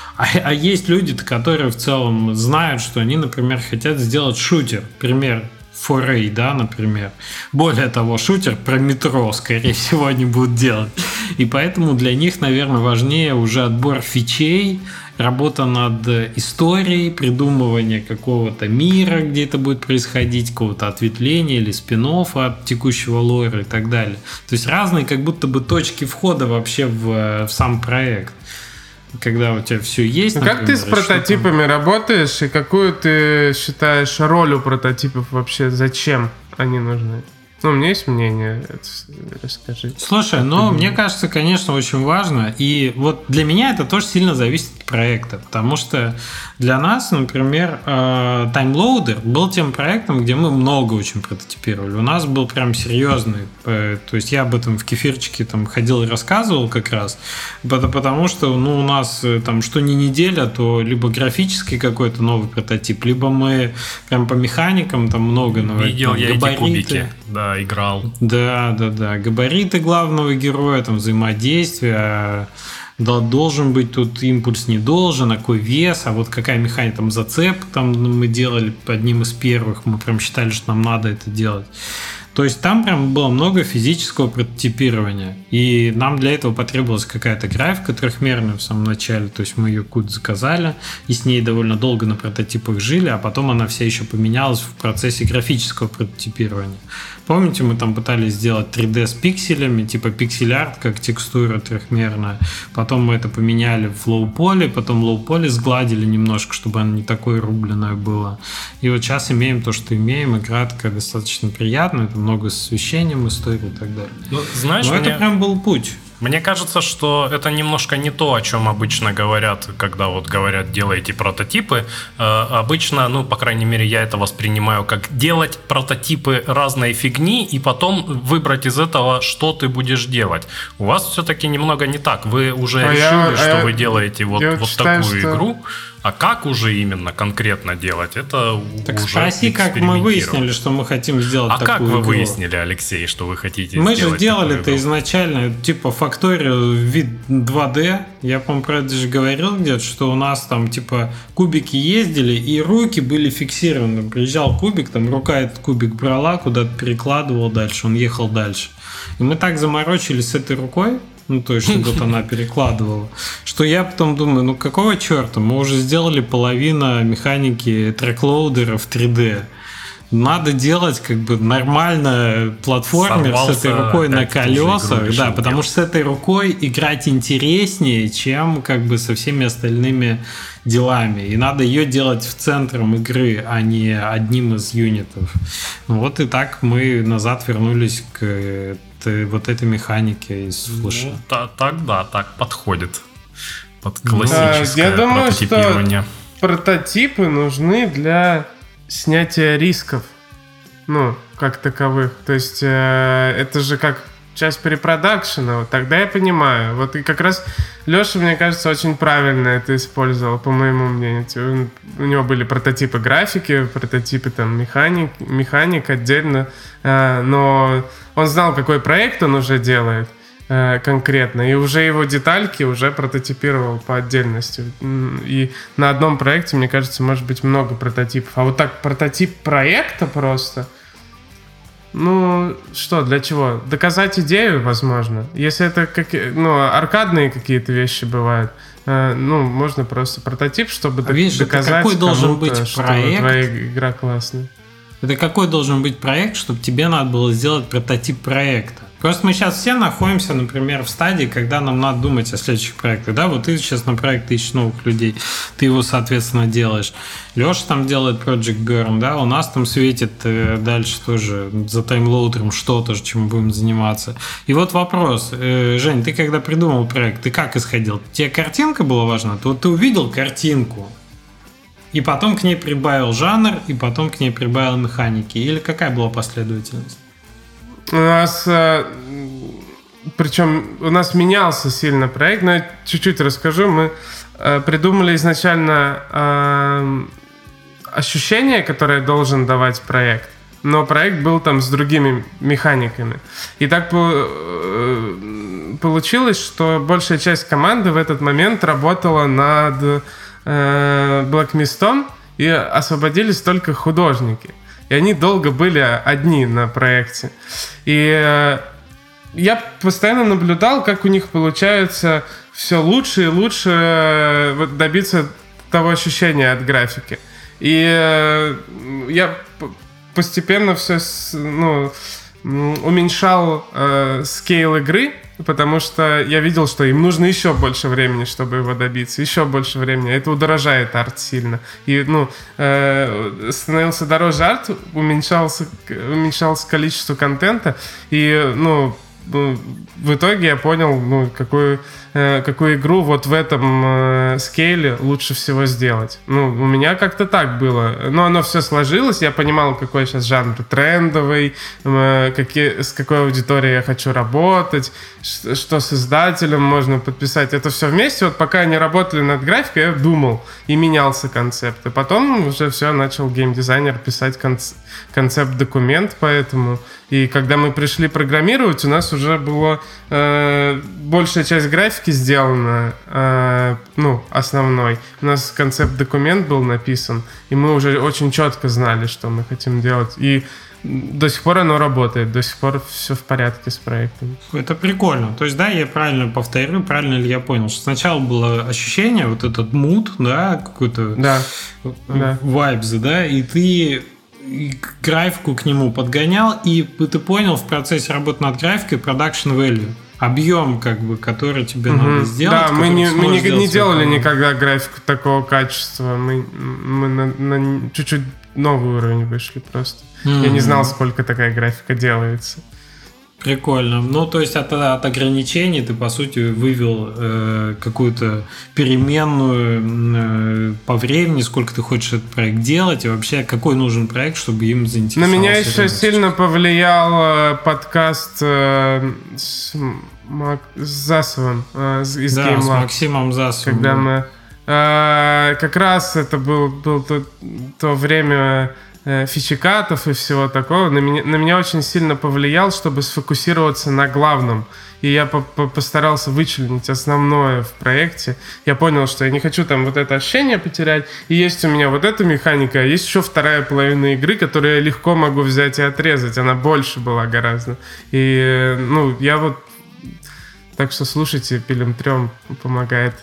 А есть люди, которые в целом знают, что они, например, хотят сделать шутер. Пример Foray, да, например. Более того, шутер про метро, скорее всего, они будут делать. И поэтому для них, наверное, важнее уже отбор фичей, работа над историей, придумывание какого-то мира, где это будет происходить, какого-то ответвления или спин-оффа от текущего лора и так далее. То есть разные как будто бы точки входа вообще в сам проект. Когда у тебя все есть. Например, как ты с прототипами работаешь, и какую ты считаешь роль у прототипов вообще? Зачем они нужны? У меня есть мнение, расскажи. Слушай, мне кажется, конечно, очень важно. И вот для меня это тоже сильно зависит от проекта. Потому что для нас, например, TimeLoader был тем проектом, где мы много очень прототипировали. У нас был прям серьезный. То есть я об этом в кефирчике там ходил и рассказывал как раз. Потому что у нас там что ни неделя, то либо графический какой-то новый прототип, либо мы прям по механикам там много новых. Видел я эти кубики. Да, играл. Да. Габариты главного героя, там взаимодействие, должен быть тут импульс, не должен, а какой вес, а вот какая механика, там зацеп, там мы делали одним из первых, мы прям считали, что нам надо это делать. То есть там прям было много физического прототипирования. И нам для этого потребовалась какая-то графика трехмерная в самом начале. То есть мы ее куда-то заказали и с ней довольно долго на прототипах жили, а потом она вся еще поменялась в процессе графического прототипирования. Помните, мы там пытались сделать 3D с пикселями, типа пиксель-арт, как текстура трехмерная. Потом мы это поменяли в лоу-поле, потом лоу-поле сгладили немножко, чтобы оно не такое рубленое было. И вот сейчас имеем то, что имеем. Игра такая достаточно приятная, это много с освещением истории и так далее. Знаешь, это прям был путь. Мне кажется, что это немножко не то, о чем обычно говорят, когда вот говорят «делайте прототипы». Обычно, по крайней мере, я это воспринимаю как делать прототипы разной фигни и потом выбрать из этого, что ты будешь делать. У вас все-таки немного не так. Вы уже решили, что вы делаете вот такую игру. А как уже именно конкретно делать, это так уже спроси, как мы выяснили, что мы хотим сделать такую игру. А как вы выяснили, Алексей, что вы хотите мы сделать? Мы же делали это изначально, типа Factorio вид 2D. Я, по-моему, про это же говорил где-то, что у нас там типа кубики ездили, и руки были фиксированы. Приезжал кубик, там рука этот кубик брала, куда-то перекладывал дальше, он ехал дальше. И мы так заморочились с этой рукой, то есть, что вот она перекладывала, что я потом думаю, какого черта, мы уже сделали половину механики трек-лоудера в 3D. Надо делать как бы нормально платформер с этой рукой на колесах, да, потому что с этой рукой играть интереснее, чем как бы со всеми остальными делами. И надо ее делать в центром игры, а не одним из юнитов. Вот и так мы назад вернулись к вот этой механике из флеша. Так подходит под классическое я думаю, прототипирование. Что прототипы нужны для снятия рисков, как таковых. То есть это же как часть препродакшена, вот тогда я понимаю. Вот и как раз Леша, мне кажется, очень правильно это использовал, по моему мнению. У него были прототипы графики, прототипы там механик отдельно, но он знал, какой проект он уже делает конкретно, и уже его детальки уже прототипировал по отдельности. И на одном проекте, мне кажется, может быть много прототипов. А вот так прототип проекта просто... Ну, что, для чего? Доказать идею, возможно. Если это аркадные какие-то вещи бывают, можно просто прототип, чтобы доказать какой должен быть что проект? Твоя игра классная. Это какой должен быть проект, чтобы тебе надо было сделать прототип проекта? Просто мы сейчас все находимся, например, в стадии, когда нам надо думать о следующих проектах. Да, вот ты сейчас на проект ищешь новых людей, ты его, соответственно, делаешь. Леша там делает Project Burn, да, у нас там светит дальше тоже за таймлоудером что-то, чем будем заниматься. И вот вопрос, Жень, ты когда придумал проект, ты как исходил? Тебе картинка была важна? Вот ты увидел картинку, и потом к ней прибавил жанр, и потом к ней прибавил механики. Или какая была последовательность? У нас, причем у нас менялся сильно проект, но я чуть-чуть расскажу. Мы придумали изначально ощущение, которое должен давать проект, но проект был там с другими механиками. И так получилось, что большая часть команды в этот момент работала над Black Mist, и освободились только художники. И они долго были одни на проекте. И я постоянно наблюдал, как у них получается все лучше и лучше добиться того ощущения от графики. И я постепенно все уменьшал скейл игры, потому что я видел, что им нужно еще больше времени, чтобы его добиться, еще больше времени. Это удорожает арт сильно. И становился дороже арт, уменьшалось количество контента, и в итоге я понял, какую игру вот в этом скейле лучше всего сделать. У меня как-то так было. Но оно все сложилось, я понимал, какой сейчас жанр трендовый, с какой аудиторией я хочу работать, что с издателем можно подписать. Это все вместе. Вот пока они работали над графикой, я думал, и менялся концепт. И потом уже все, начал геймдизайнер писать концепт-документ по этому. И когда мы пришли программировать, у нас уже была большая часть графики сделана, основной. У нас концепт-документ был написан, и мы уже очень четко знали, что мы хотим делать. И до сих пор оно работает, до сих пор все в порядке с проектом. Это прикольно. То есть, да, я правильно повторю, правильно ли я понял, что сначала было ощущение, вот этот mood, да, какой-то vibes, да, и ты графику к нему подгонял, и ты понял в процессе работы над графикой production value, объем, который тебе надо сделать. Да, мы не делали никогда графику такого качества. Мы на чуть-чуть новый уровень вышли просто. Я не знал, сколько такая графика делается. Прикольно. То есть от ограничений ты, по сути, вывел какую-то переменную по времени, сколько ты хочешь этот проект делать, и вообще какой нужен проект, чтобы им заинтересовался. На меня еще сильно повлиял подкаст с Засовым из GameLab. С Максимом Засовым. Когда мы... как раз это было то время... фичекатов и всего такого, на меня очень сильно повлиял, чтобы сфокусироваться на главном. И я постарался вычленить основное в проекте. Я понял, что я не хочу там вот это ощущение потерять. И есть у меня вот эта механика, а есть еще вторая половина игры, которую я легко могу взять и отрезать. Она больше была гораздо. И, я вот... Так что слушайте, пилим трем помогает.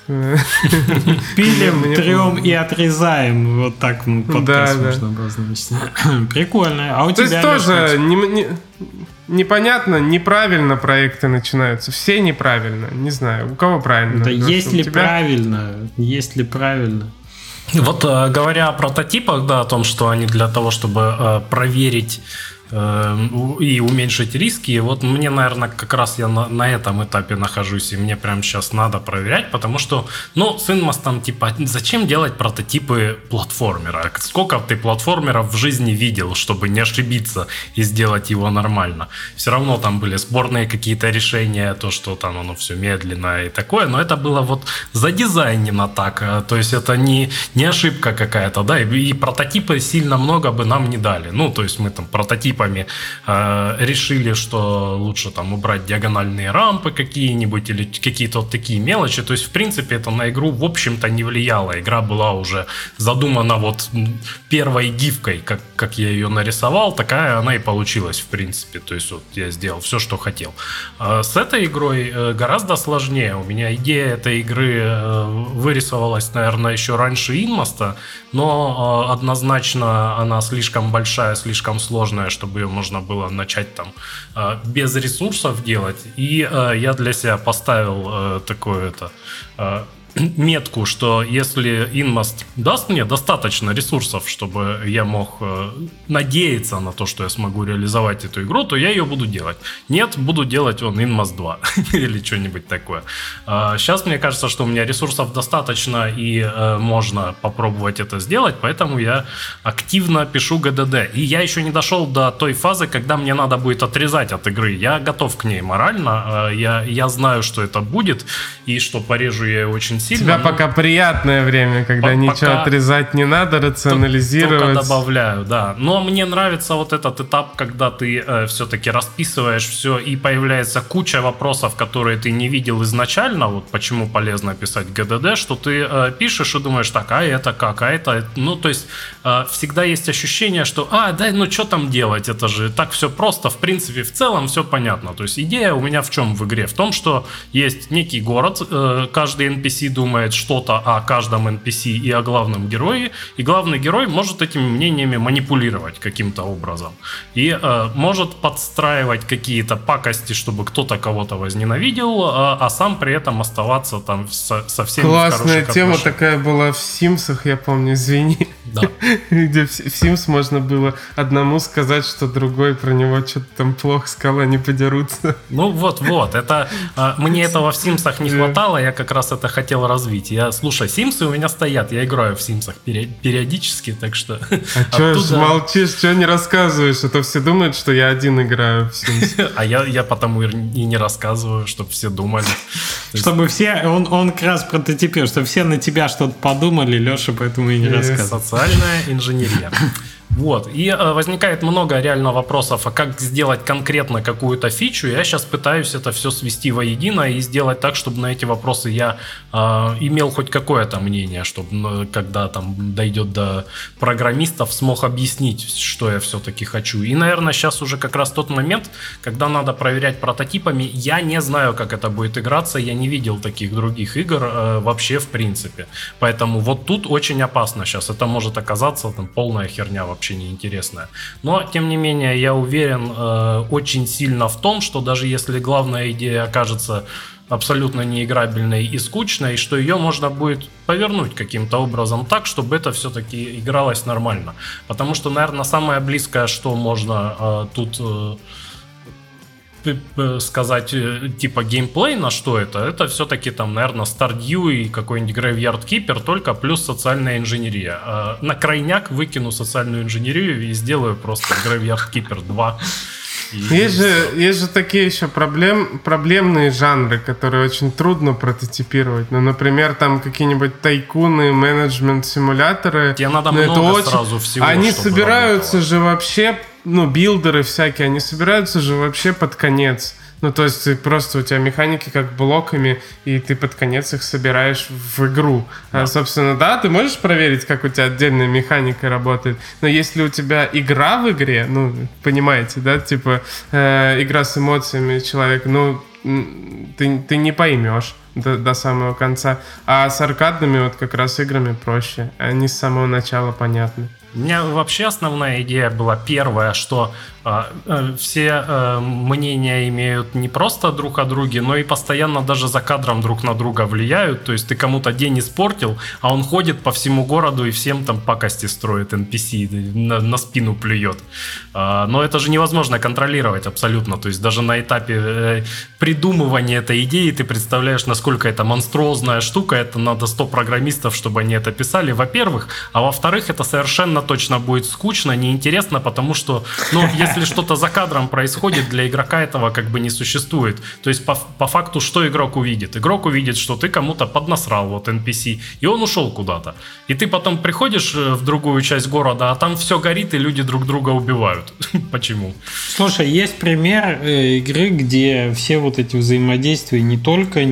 Пилим трем и отрезаем. Вот так подкаст можно обозначить. Прикольно. А у тебя... То есть тоже непонятно, неправильно проекты начинаются. Все неправильно. Не знаю, у кого правильно. Да есть ли правильно? Есть ли правильно? Вот говоря о прототипах, да, о том, что они для того, чтобы проверить и уменьшить риски. И вот мне, наверное, как раз я на этом этапе нахожусь, и мне прямо сейчас надо проверять, потому что, с Инмостом, типа, зачем делать прототипы платформера? Сколько ты платформеров в жизни видел, чтобы не ошибиться и сделать его нормально? Все равно там были спорные какие-то решения, то, что там оно все медленно и такое, но это было вот задизайнено так, то есть это не ошибка какая-то, да, и прототипы сильно много бы нам не дали. То есть мы там прототипами решили, что лучше там убрать диагональные рампы какие-нибудь или какие-то вот такие мелочи. То есть, в принципе, это на игру, в общем-то, не влияло. Игра была уже задумана вот первой гифкой, как я ее нарисовал, такая она и получилась, в принципе. То есть, вот я сделал все, что хотел. С этой игрой гораздо сложнее. У меня идея этой игры вырисовалась, наверное, еще раньше Инмоста, но однозначно она слишком большая, слишком сложная, чтобы ее можно было начать там без ресурсов делать. И я для себя поставил такое метку, что если Инмост даст мне достаточно ресурсов, чтобы я мог надеяться на то, что я смогу реализовать эту игру, то я ее буду делать. Нет, буду делать Инмост 2 или что-нибудь такое. Сейчас мне кажется, что у меня ресурсов достаточно и можно попробовать это сделать, поэтому я активно пишу ГДД. И я еще не дошел до той фазы, когда мне надо будет отрезать от игры. Я готов к ней морально, я знаю, что это будет, и что порежу я ее очень сильно. У тебя пока приятное время, когда ничего отрезать не надо, рационализировать. Только добавляю, да. Но мне нравится вот этот этап, когда ты все-таки расписываешь все, и появляется куча вопросов, которые ты не видел изначально. Вот почему полезно писать ГДД, что ты пишешь и думаешь, так, а это как, а это... то есть всегда есть ощущение, что, что там делать, это же так все просто, в принципе, в целом все понятно. То есть идея у меня в чем в игре? В том, что есть некий город, каждый NPC думает что-то о каждом NPC и о главном герое, и главный герой может этими мнениями манипулировать каким-то образом. И может подстраивать какие-то пакости, чтобы кто-то кого-то возненавидел, а сам при этом оставаться там со всеми в хороших отношениях. Классная тема такая была в Симсах, я помню, извини. Да. Где в Sims можно было одному сказать, что другой про него что-то там плохо сказал, они подерутся. Вот. Это мне этого в Симсах не хватало, я как раз это хотел развить. Слушай, Симсы у меня стоят, я играю в Симсах периодически, так что... А что ж молчишь, что не рассказываешь? А то все думают, что я один играю в Sims. А я потому и не рассказываю, чтобы все думали. Чтобы все... Он как раз прототипирует, чтобы все на тебя что-то подумали, Леша поэтому и не рассказывает. Социальная инженерия. Вот. И возникает много реально вопросов, а как сделать конкретно какую-то фичу. Я сейчас пытаюсь это все свести воедино и сделать так, чтобы на эти вопросы я имел хоть какое-то мнение, чтобы когда там дойдет до программистов, смог объяснить, что я все-таки хочу. И, наверное, сейчас уже как раз тот момент, когда надо проверять прототипами. Я не знаю, как это будет играться, я не видел таких других игр вообще в принципе. Поэтому вот тут очень опасно сейчас. Это может оказаться там полная херня вообще неинтересная. Но, тем не менее, я уверен очень сильно в том, что даже если главная идея окажется абсолютно неиграбельной и скучной, что ее можно будет повернуть каким-то образом так, чтобы это все-таки игралось нормально. Потому что, наверное, самое близкое, что можно тут сказать, типа геймплей, на что это все-таки там, наверное, Stardew и какой-нибудь Graveyard Keeper, только плюс социальная инженерия. На крайняк выкину социальную инженерию и сделаю просто Graveyard Keeper 2. Есть же такие еще проблемные жанры, которые очень трудно прототипировать. Например, там какие-нибудь тайкуны, менеджмент-симуляторы. Тебе надо много сразу всего, они собираются работало. Же вообще, билдеры всякие, они собираются же вообще под конец. То есть просто у тебя механики как блоками, и ты под конец их собираешь в игру. Да. Собственно, да, ты можешь проверить, как у тебя отдельная механика работает, но если у тебя игра в игре, понимаете, да, типа игра с эмоциями человека, ты не поймешь до самого конца. А с аркадными вот как раз играми проще, они с самого начала понятны. У меня вообще основная идея была первая, что все мнения имеют не просто друг о друге, но и постоянно даже за кадром друг на друга влияют. То есть ты кому-то день испортил, а он ходит по всему городу и всем там пакости строит, NPC, на спину плюет. Но это же невозможно контролировать абсолютно. То есть даже на этапе придумывания этой идеи ты представляешь, насколько это монструозная штука. Это надо 100 программистов, чтобы они это писали, во-первых. А во-вторых, это совершенно точно будет скучно, неинтересно, потому что, если что-то за кадром происходит, для игрока этого как бы не существует. То есть по факту что игрок увидит? Игрок увидит, что ты кому-то поднасрал, вот NPC, и он ушел куда-то. И ты потом приходишь в другую часть города, а там все горит, и люди друг друга убивают. Почему? Слушай, есть пример игры, где все вот эти взаимодействия не только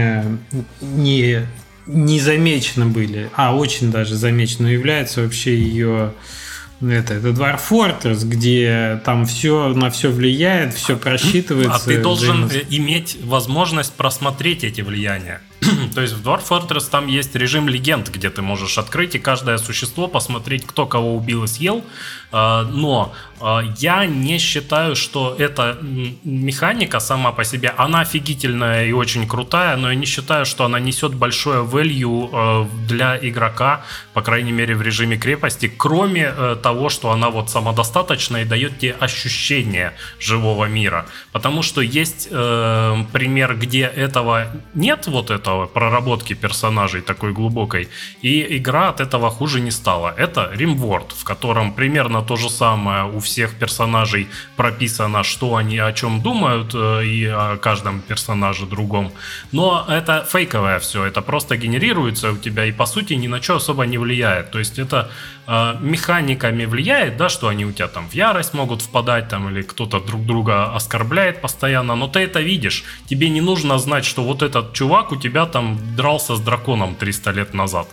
не замечены были, а очень даже замечены, но является вообще ее... Это Dwarf Fortress, где там все на все влияет, все просчитывается. А ты должен иметь возможность просмотреть эти влияния. То есть в Dwarf Fortress там есть режим легенд, где ты можешь открыть и каждое существо посмотреть, кто кого убил и съел. Но я не считаю, что эта механика сама по себе, она офигительная и очень крутая, но я не считаю, что она несет большое value для игрока, по крайней мере в режиме крепости, кроме того, что она вот самодостаточна и дает тебе ощущение живого мира. Потому что есть пример, где этого нет, вот этого проработки персонажей такой глубокой, и игра от этого хуже не стала. Это RimWorld, в котором примерно то же самое у всех персонажей прописано, что они о чем думают, и о каждом персонаже другом. Но это фейковое все, это просто генерируется у тебя и по сути ни на что особо не влияет. То есть это механиками влияет, да, что они у тебя там в ярость могут впадать, там, или кто-то друг друга оскорбляет постоянно, но ты это видишь. Тебе не нужно знать, что вот этот чувак у тебя там дрался с драконом 300 лет назад.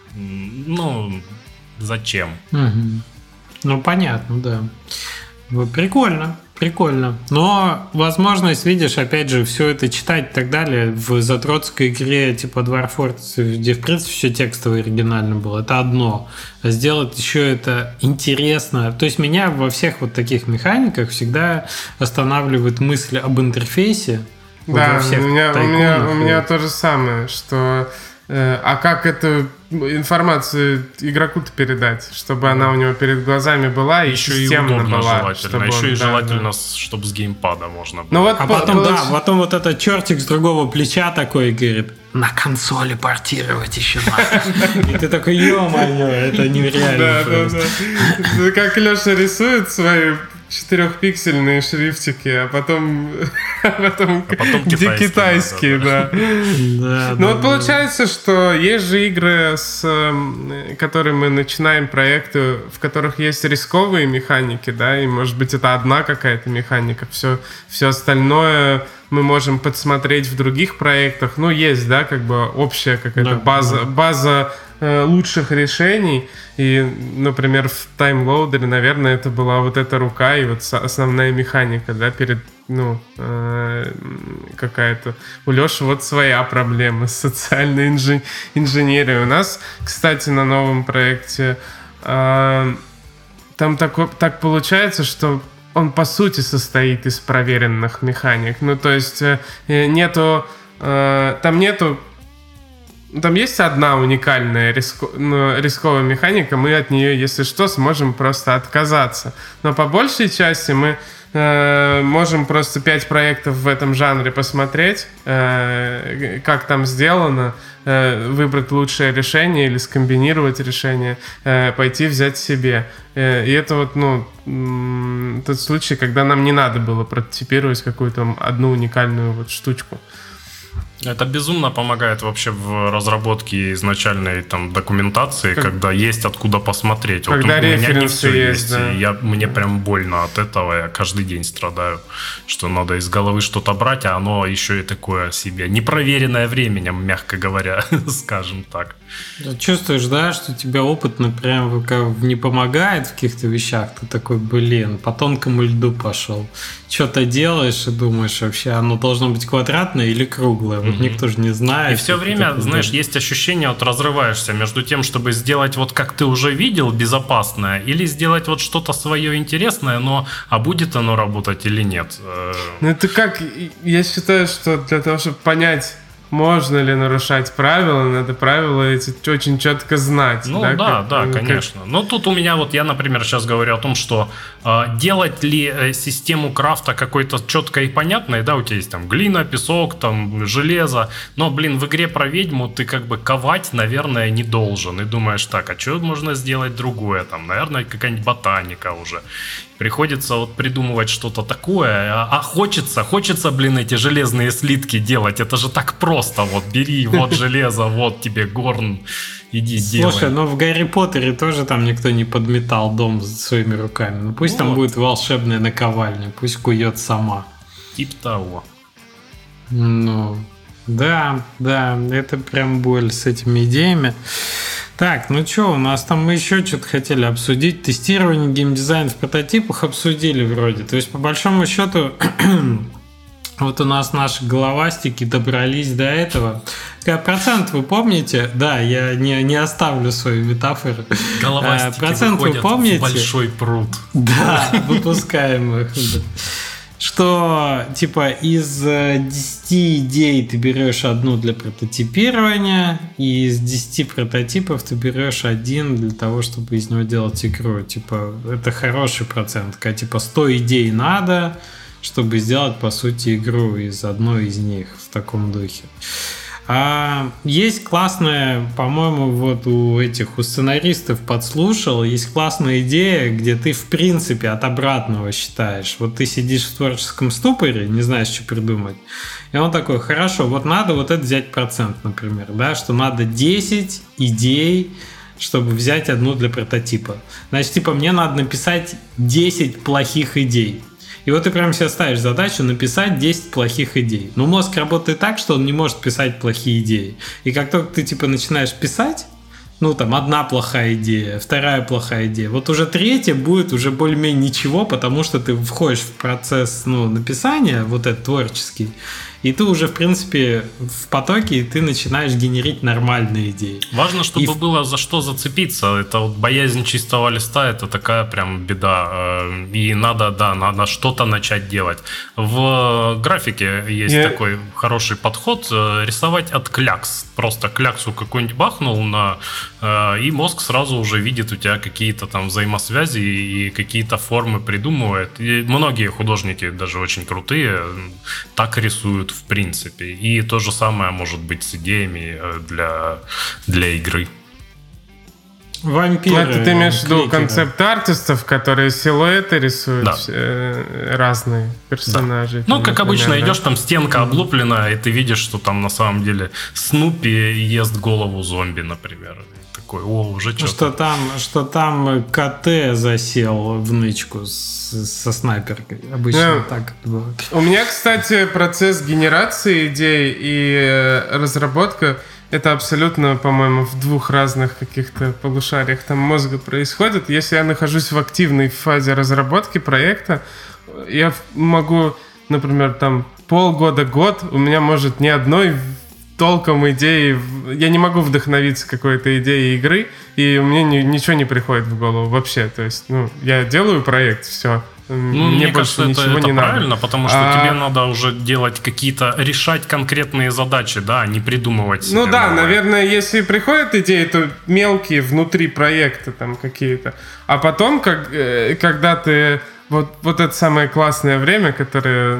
Зачем? Угу. Понятно, да. Прикольно. Но возможность, видишь, опять же, все это читать и так далее в задротской игре типа Dwarf Fortress, где, в принципе, все текстовое оригинально было, это одно. А сделать еще это интересно. То есть меня во всех вот таких механиках всегда останавливает мысль об интерфейсе. Да, вот у меня то же самое, что... А как эту информацию игроку-то передать, чтобы она у него перед глазами была и еще системно и удобно, была, желательно. Еще и желательно, чтобы с геймпада можно было. Потом вот этот чертик с другого плеча такой говорит: на консоли портировать еще надо. И ты такой: ё-моё, это нереально. Да. Как Леша рисует свои 4-пиксельные шрифтики, а потом где китайские, да. Вот получается, что есть же игры, с которыми мы начинаем проекты, в которых есть рисковые механики, да, и может быть это одна какая-то механика, все остальное мы можем подсмотреть в других проектах. Есть, да, как бы общая какая-то база лучших решений. И, например, в таймлоудере, наверное, это была вот эта рука и вот основная механика, да, перед, какая-то. У Лёши вот своя проблема с социальной инженерией. У нас, кстати, на новом проекте там так получается, что он по сути состоит из проверенных механик. То есть там есть одна уникальная рисковая механика, мы от нее, если что, сможем просто отказаться. Но по большей части мы можем просто 5 проектов в этом жанре посмотреть, как там сделано, выбрать лучшее решение или скомбинировать решение, пойти взять себе. И это вот, тот случай, когда нам не надо было прототипировать какую-то одну уникальную вот штучку. Это безумно помогает вообще в разработке изначальной там документации, когда есть откуда посмотреть. Когда вот у меня не все есть, да. Мне прям больно от этого, я каждый день страдаю, что надо из головы что-то брать, а оно еще и такое себе непроверенное временем, мягко говоря, скажем так. Чувствуешь, да, что тебе опытно прям не помогает в каких-то вещах, ты такой: по тонкому льду пошел. Что-то делаешь и думаешь, вообще оно должно быть квадратное или круглое. Вот никто же не знает. И все время, знаешь, есть ощущение, вот разрываешься между тем, чтобы сделать вот как ты уже видел, безопасное, или сделать вот что-то свое интересное, но а будет оно работать или нет? Ну это как, я считаю, что для того, чтобы понять, можно ли нарушать правила, надо правила эти очень четко знать. Ну да, конечно. Но тут у меня вот, я, например, сейчас говорю о том, что делать ли систему крафта какой-то четкой и понятной, да, у тебя есть там глина, песок, там железо, но, блин, в игре про ведьму ты как бы ковать, наверное, не должен. И думаешь, так, а что можно сделать другое? Там, наверное, какая-нибудь ботаника уже. Приходится вот придумывать что-то такое, а хочется, блин, эти железные слитки делать, это же так просто, вот бери, вот железо, вот тебе горн, иди делай. Слушай, но в Гарри Поттере тоже там никто не подметал дом своими руками, ну пусть там будет волшебная наковальня, пусть кует сама. Тип того. Ну, да, это прям боль с этими идеями. Так, ну что, у нас там мы еще что-то хотели обсудить. Тестирование геймдизайна в прототипах обсудили вроде. То есть, по большому счету, вот у нас наши головастики добрались до этого. Процент вы помните? Да, я не оставлю свою метафору. Головастики процент выходят вы помните? в большой пруд. Да, выпускаем их. Что, типа, из 10 идей ты берешь одну для прототипирования, и из 10 прототипов ты берешь один для того, чтобы из него делать игру. Типа, это хороший процент. Когда, типа, 100 идей надо, чтобы сделать, по сути, игру из одной из них в таком духе. Есть классная, по-моему, вот у сценаристов подслушал, есть классная идея, где ты в принципе от обратного считаешь. Вот ты сидишь в творческом ступоре, не знаешь, что придумать. И он такой, хорошо, вот надо вот это взять процент, например, да, что надо 10 идей, чтобы взять одну для прототипа. Значит, типа, мне надо написать 10 плохих идей. И вот ты прям себе ставишь задачу написать 10 плохих идей. Но мозг работает так, что он не может писать плохие идеи. И как только ты типа начинаешь писать, ну там одна плохая идея, вторая плохая идея, вот уже третья будет уже более-менее ничего, потому что ты входишь в процесс написания, вот этот творческий, и ты уже, в принципе, в потоке, и ты начинаешь генерить нормальные идеи. Важно, чтобы было за что зацепиться. Это вот боязнь чистого листа, это такая прям беда. И надо что-то начать делать. В графике есть такой хороший подход. Рисовать от клякс. Просто кляксу какую-нибудь бахнул, и мозг сразу уже видит у тебя какие-то там взаимосвязи и какие-то формы придумывает. И многие художники, даже очень крутые, так рисуют в принципе. И то же самое может быть с идеями для игры. Вампиры. Это ты имеешь в виду концепт-артистов, которые силуэты рисуют, разные персонажи. Да. Ну, как обычно, идешь, там стенка облуплена, и ты видишь, что там на самом деле Снупи ест голову зомби, например. Такой, уже что-то. Что там КТ засел в нычку со снайперкой. Обычно так бывает. У меня, кстати, процесс генерации идей и разработка — это абсолютно, по-моему, в двух разных каких-то полушариях там мозга происходит. Если я нахожусь в активной фазе разработки проекта, я могу, например, там полгода-год, у меня может ни одной толком идеи, я не могу вдохновиться какой-то идеей игры, и мне ничего не приходит в голову вообще. То есть, я делаю проект, все. Мне кажется, это правильно, потому что тебе надо уже делать решать конкретные задачи, да, а не придумывать себе новое. Наверное, если приходят идеи, то мелкие внутри проекта там какие-то. А потом, когда ты... Вот это самое классное время, которое,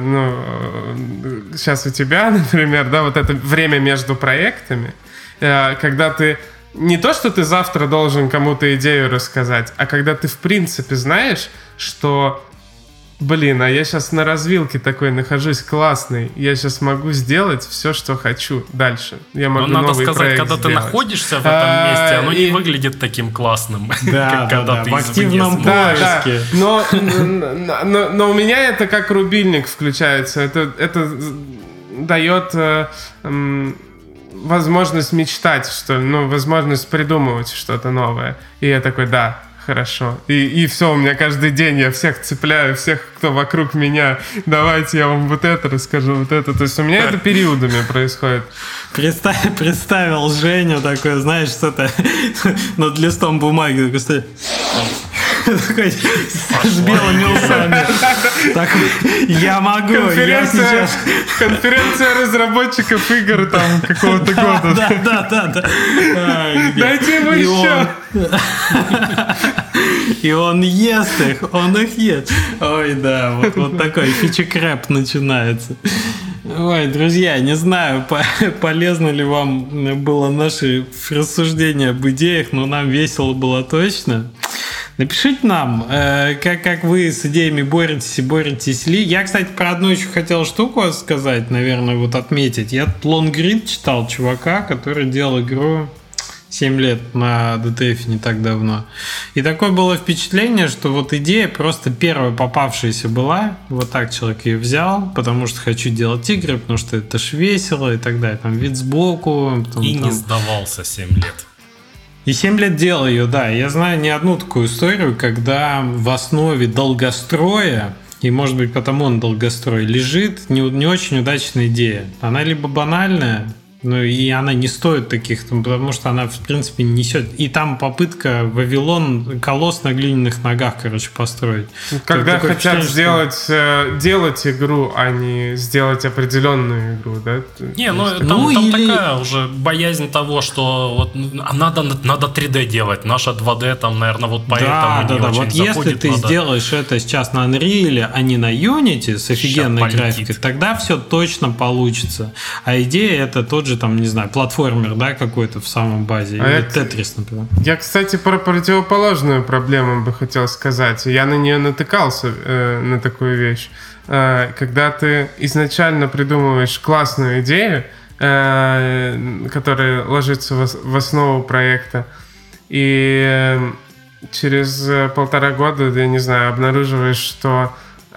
сейчас у тебя, например, да, вот это время между проектами, когда ты не то, что ты завтра должен кому-то идею рассказать, а когда ты в принципе знаешь, что, а я сейчас на развилке такой нахожусь классный, я сейчас могу сделать все, что хочу дальше. Я могу надо новый сказать, когда сделать. Ты находишься в этом месте, оно не выглядит таким классным, как когда ты в активном поиске. Но у меня это как рубильник включается. Это дает возможность мечтать, что ли, возможность придумывать что-то новое. И я такой, хорошо. И все, у меня каждый день, я всех цепляю, всех, кто вокруг меня, давайте я вам вот это расскажу, вот это. То есть у меня это периодами происходит. Представил Женю такой, знаешь, что-то над листом бумаги, такой с белыми усами. Такой, я могу, я сейчас... Конференция разработчиков игр там какого-то года. Да. Дайте ему еще. И он ест их, он их ест. Ой, да, вот такой фичи-крэп начинается. Ой, друзья, не знаю, полезно ли вам было наше рассуждение об идеях, но нам весело было точно. Напишите нам, как вы с идеями боретесь и боретесь ли. Я, кстати, про одну еще хотел штуку сказать, наверное, вот отметить. Я Long Grid читал чувака, который делал игру 7 лет на DTF не так давно. И такое было впечатление, что вот идея просто первая попавшаяся была. Вот так человек ее взял, потому что хочу делать игры, потому что это ж весело и так далее. Там вид сбоку. Не сдавался 7 лет. И 7 лет делал ее, да. Я знаю не одну такую историю, когда в основе долгостроя, и, может быть, потому он долгострой, лежит не очень удачная идея. Она либо банальная, ну и она не стоит таких, потому что она, в принципе, несет. И там попытка Вавилон колосс на глиняных ногах, короче, построить. Когда хотят делать игру, а не сделать определенную игру, да? Не, там такая уже боязнь того, что вот надо 3D делать, наша 2D там, наверное, вот поэтому не очень вот заходит. Если ты сделаешь это сейчас на Unreal, а не на Unity с офигенной графикой, тогда все точно получится. А идея это тот же, там, не знаю, платформер, да, какой-то в самом базе. Или Тетрис, например. Я, кстати, про противоположную проблему бы хотел сказать. Я на нее натыкался, на такую вещь. Когда ты изначально придумываешь классную идею, которая ложится в основу проекта, и через 1,5 года, я не знаю, обнаруживаешь, что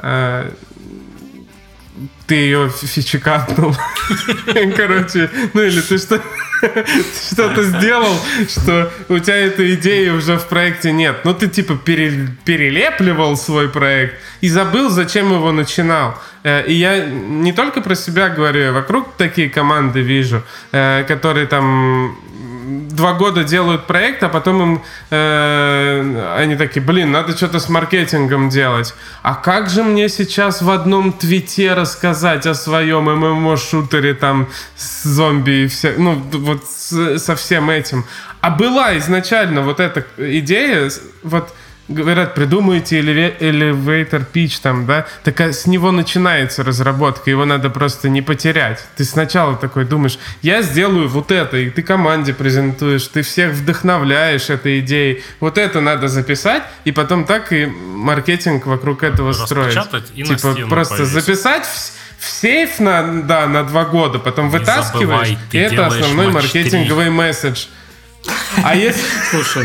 ты ее фичекатнул. Короче, ну или ты что-то сделал, что у тебя этой идеи уже в проекте нет. Ну ты типа перелепливал свой проект и забыл, зачем его начинал. И я не только про себя говорю, я вокруг такие команды вижу, которые там 2 года делают проект, а потом им они такие, надо что-то с маркетингом делать. А как же мне сейчас в одном твите рассказать о своем ММО-шутере там с зомби и все, ну вот со всем этим. А была изначально вот эта идея, вот говорят, придумайте elevator pitch там, да, так с него начинается разработка, его надо просто не потерять. Ты сначала такой думаешь, я сделаю вот это, и ты команде презентуешь, ты всех вдохновляешь этой идеей, вот это надо записать, и потом так и маркетинг вокруг этого строить. И типа на стену просто повесить. Записать в сейф на 2 года, потом Не вытаскиваешь, забывай, и это основной матч маркетинговый месседж. А если... Слушай,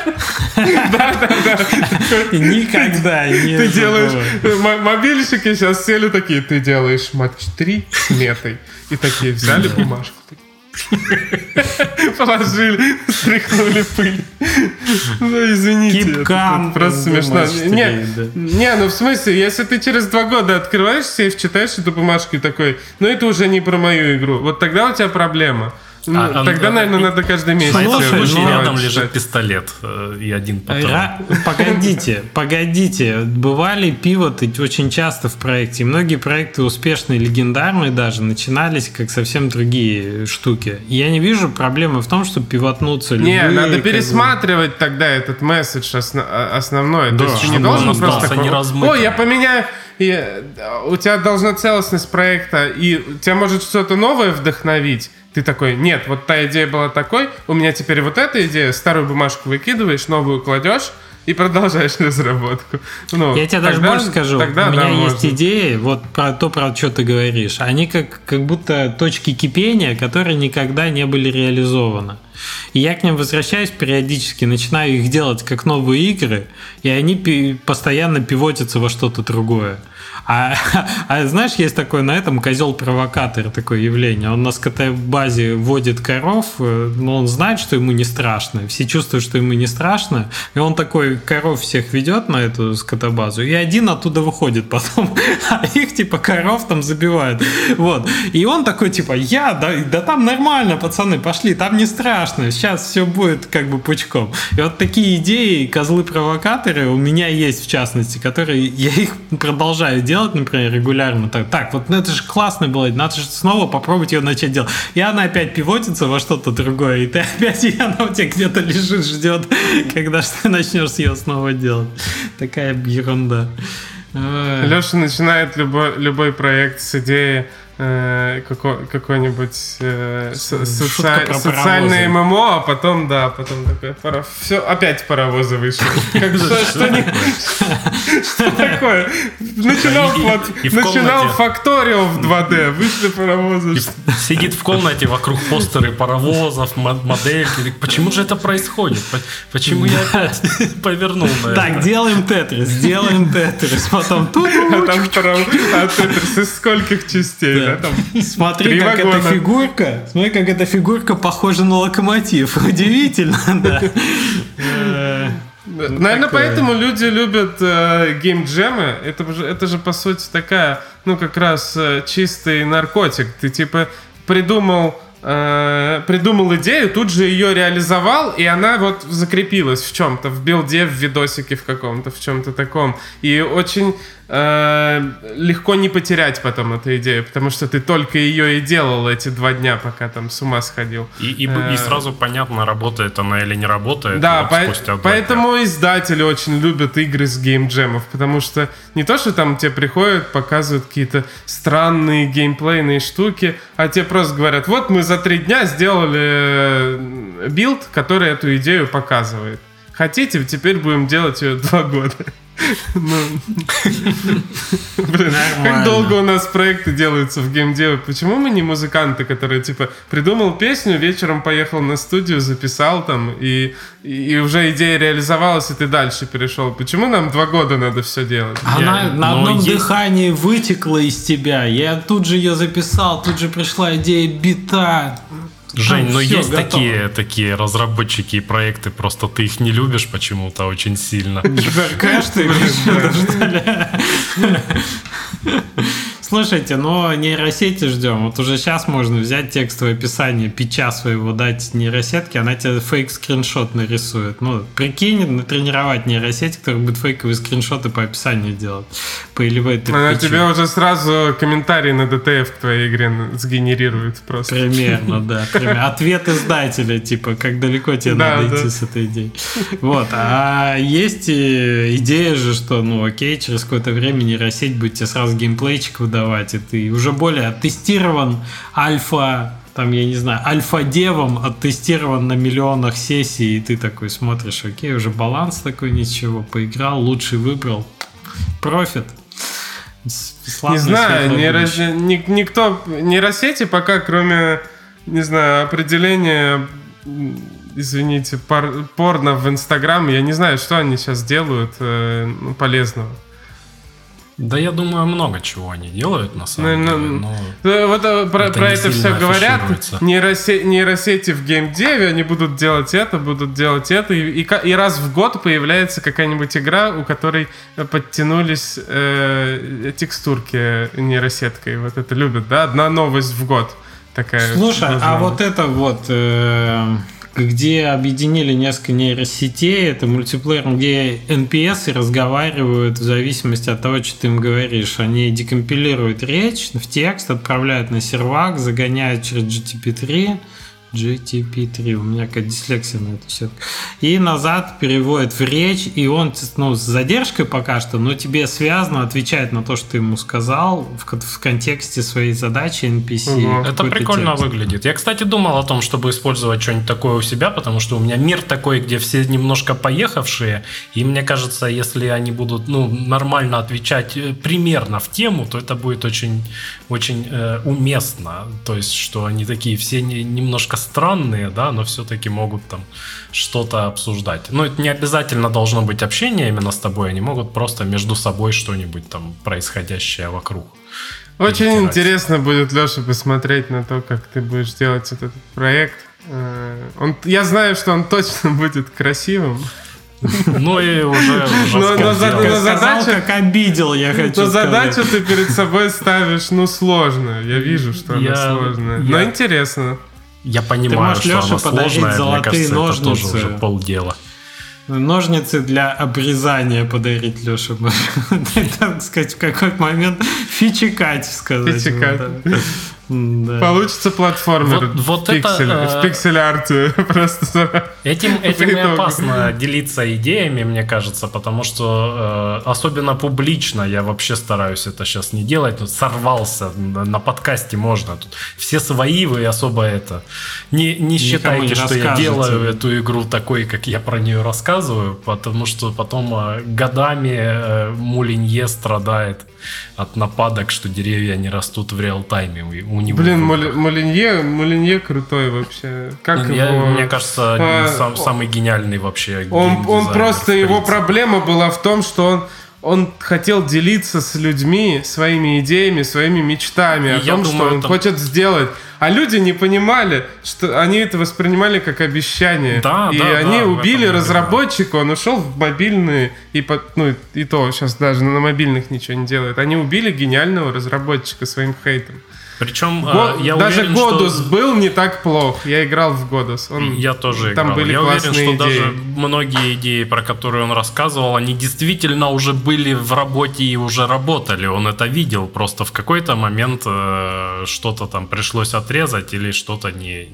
никогда не Ты делаешь... Мобильщики сейчас сели такие, ты делаешь матч 3 с метой. И такие взяли бумажку. Положили, стряхнули пыль. Ну, извините. Это просто смешно. Не, ну в смысле, если ты через 2 года открываешь сейф, читаешь эту бумажку и такой, ну это уже не про мою игру. Вот тогда у тебя проблема. Тогда, наверное, надо каждый месяц. В этом случае рядом читать. лежит пистолет и один патрон. Погодите. Бывали пивоты очень часто в проекте. И многие проекты успешные, легендарные даже, начинались как совсем другие штуки. И я не вижу проблемы в том, чтобы пивотнуться. Не, надо пересматривать тогда этот месседж основной. Да, то есть ты не должен просто... Ой, я поменяю... у тебя должна целостность проекта, и тебя может что-то новое вдохновить. Ты такой, нет, вот та идея была такой, у меня теперь вот эта идея, старую бумажку выкидываешь, новую кладешь и продолжаешь разработку. Ну, я тебе даже больше скажу, у меня есть можно. идеи, вот про что ты говоришь, они как будто точки кипения, которые никогда не были реализованы. И я к ним возвращаюсь периодически, начинаю их делать как новые игры, и они постоянно пивотятся во что-то другое. А знаешь, есть такой на этом козел-провокатор, такое явление. Он на скотобазе водит коров, но он знает, что ему не страшно. Все чувствуют, что ему не страшно. И он такой коров всех ведет на эту скотобазу, и один оттуда выходит потом. А их типа коров там забивают. Вот. И он такой типа, да там нормально, пацаны, пошли, там не страшно. Сейчас все будет как бы пучком. И вот такие идеи, козлы-провокаторы у меня есть в частности, которые я их продолжаю делать, например, регулярно. Так, вот это же классно было, надо же снова попробовать ее начать делать. И она опять пивотится во что-то другое, и ты опять, и она у тебя где-то лежит, ждет, когда ты начнешь ее снова делать. Такая ерунда. Леша начинает любой проект с идеи какой-нибудь социальное ММО, а потом такое, все, опять паровозы вышли. Что такое? Начинал Факторио в 2D, вышли паровозы. Сидит в комнате, вокруг постеры паровозов, модельки. Почему же это происходит? Почему я опять повернул на это? Так, делаем Тетрис, потом тут. А там Тетрис из скольких частей? Смотри, как эта фигурка похожа на локомотив. Удивительно, да. Наверное, поэтому люди любят геймджемы. Это же, по сути, такая, как раз чистый наркотик. Ты, типа, придумал идею, тут же ее реализовал, и она вот закрепилась в чем-то, в билде, в видосике в каком-то, в чем-то таком. И очень легко не потерять потом эту идею, потому что ты только ее и делал эти 2 дня, пока там с ума сходил. И сразу понятно, работает она или не работает. Да, поэтому издатели очень любят игры с геймджемов, потому что не то, что там тебе приходят, показывают какие-то странные геймплейные штуки, а тебе просто говорят, вот мы за 3 дня сделали билд, который эту идею показывает. Хотите, теперь будем делать ее 2 года. Как долго у нас проекты делаются в геймдеве? Почему мы не музыканты, которые типа придумал песню, вечером поехал на студию, записал там, и уже идея реализовалась, и ты дальше перешел? Почему нам 2 года надо все делать? Она на одном дыхании вытекла из тебя. Я тут же ее записал, тут же пришла идея бита. Жень, но есть такие разработчики и проекты, просто ты их не любишь почему-то очень сильно. Каждый. Слушайте, но нейросети ждем. Вот уже сейчас можно взять текстовое описание питча своего, дать нейросетке, она тебе фейк-скриншот нарисует. Прикинь, натренировать нейросеть, которая будет фейковые скриншоты по описанию делать. Она тебе уже сразу комментарии на ДТФ к твоей игре сгенерирует просто. Примерно, да. Ответ издателя, типа, как далеко тебе надо идти с этой идеей. Вот. А есть идея же, что, окей, через какое-то время нейросеть будет тебе сразу геймплейчик выдавать, и ты уже более оттестирован альфа-девом, оттестирован на миллионах сессий, и ты такой смотришь, окей, уже баланс такой, ничего, поиграл, лучший выбрал, профит. Не знаю, нейросети пока, кроме, не знаю, определения, извините, порно в Инстаграм, я не знаю, что они сейчас делают полезного. Да, я думаю, много чего они делают, на самом деле. Но вот про это все говорят. Нейросети в геймдеве, они будут делать это, и раз в год появляется какая-нибудь игра, у которой подтянулись текстурки нейросеткой. Вот это любят, да? Одна новость в год такая. Слушай, а вот это вот... где объединили несколько нейросетей, это мультиплеер, где NPS разговаривают в зависимости от того, что ты им говоришь. Они декомпилируют речь в текст, отправляют на сервак, загоняют через GTP3, у меня какая-то дислексия на эту сетку, и назад переводит в речь, и он с задержкой пока что, но тебе связано отвечает на то, что ты ему сказал в контексте своей задачи NPC. Это прикольно выглядит. Я, кстати, думал о том, чтобы использовать что-нибудь такое у себя, потому что у меня мир такой, где все немножко поехавшие, и мне кажется, если они будут нормально отвечать примерно в тему, то это будет очень, очень уместно. То есть, что они такие все немножко странные, да, но все-таки могут там что-то обсуждать. Но это не обязательно должно быть общение именно с тобой, они могут просто между собой что-нибудь там происходящее вокруг. Очень интересно будет, Леша, посмотреть на то, как ты будешь делать этот проект. Я знаю, что он точно будет красивым. Ну и уже сказал, как обидел, я хочу сказать. Но задачу ты перед собой ставишь, сложно. Я вижу, что она сложная. Но интересно. Я понимаю, что она сложная, мне кажется, это тоже уже полдела. Ножницы для обрезания подарить Леше. Так сказать, в какой-то момент фичекать сказать. Фичекать. Да. Получится платформер в пиксель-арте. Этим и опасно делиться идеями, мне кажется, потому что особенно публично я вообще стараюсь это сейчас не делать. Тут сорвался, на подкасте можно. Тут все свои, вы особо это... Не считайте, что я делаю эту игру такой, как я про нее рассказываю, потому что потом годами Мулинье страдает от нападок, что деревья не растут в реал-тайме. Блин, Мулинье крутой вообще. Мне кажется, самый гениальный вообще. Он просто, его проблема была в том, что он хотел делиться с людьми своими идеями, своими мечтами о том, что он хочет сделать. А люди не понимали, что они это воспринимали как обещание. И они убили разработчика, он ушел в мобильные, и то сейчас даже на мобильных ничего не делает. Они убили гениального разработчика своим хейтом. Причем даже Годус был не так плох. Я играл в Годус. Я тоже там играл. Были я уверен, что идеи. даже многие идеи, про которые он рассказывал, они действительно уже были в работе и уже работали. Он это видел. Просто в какой-то момент что-то там пришлось отрезать или что-то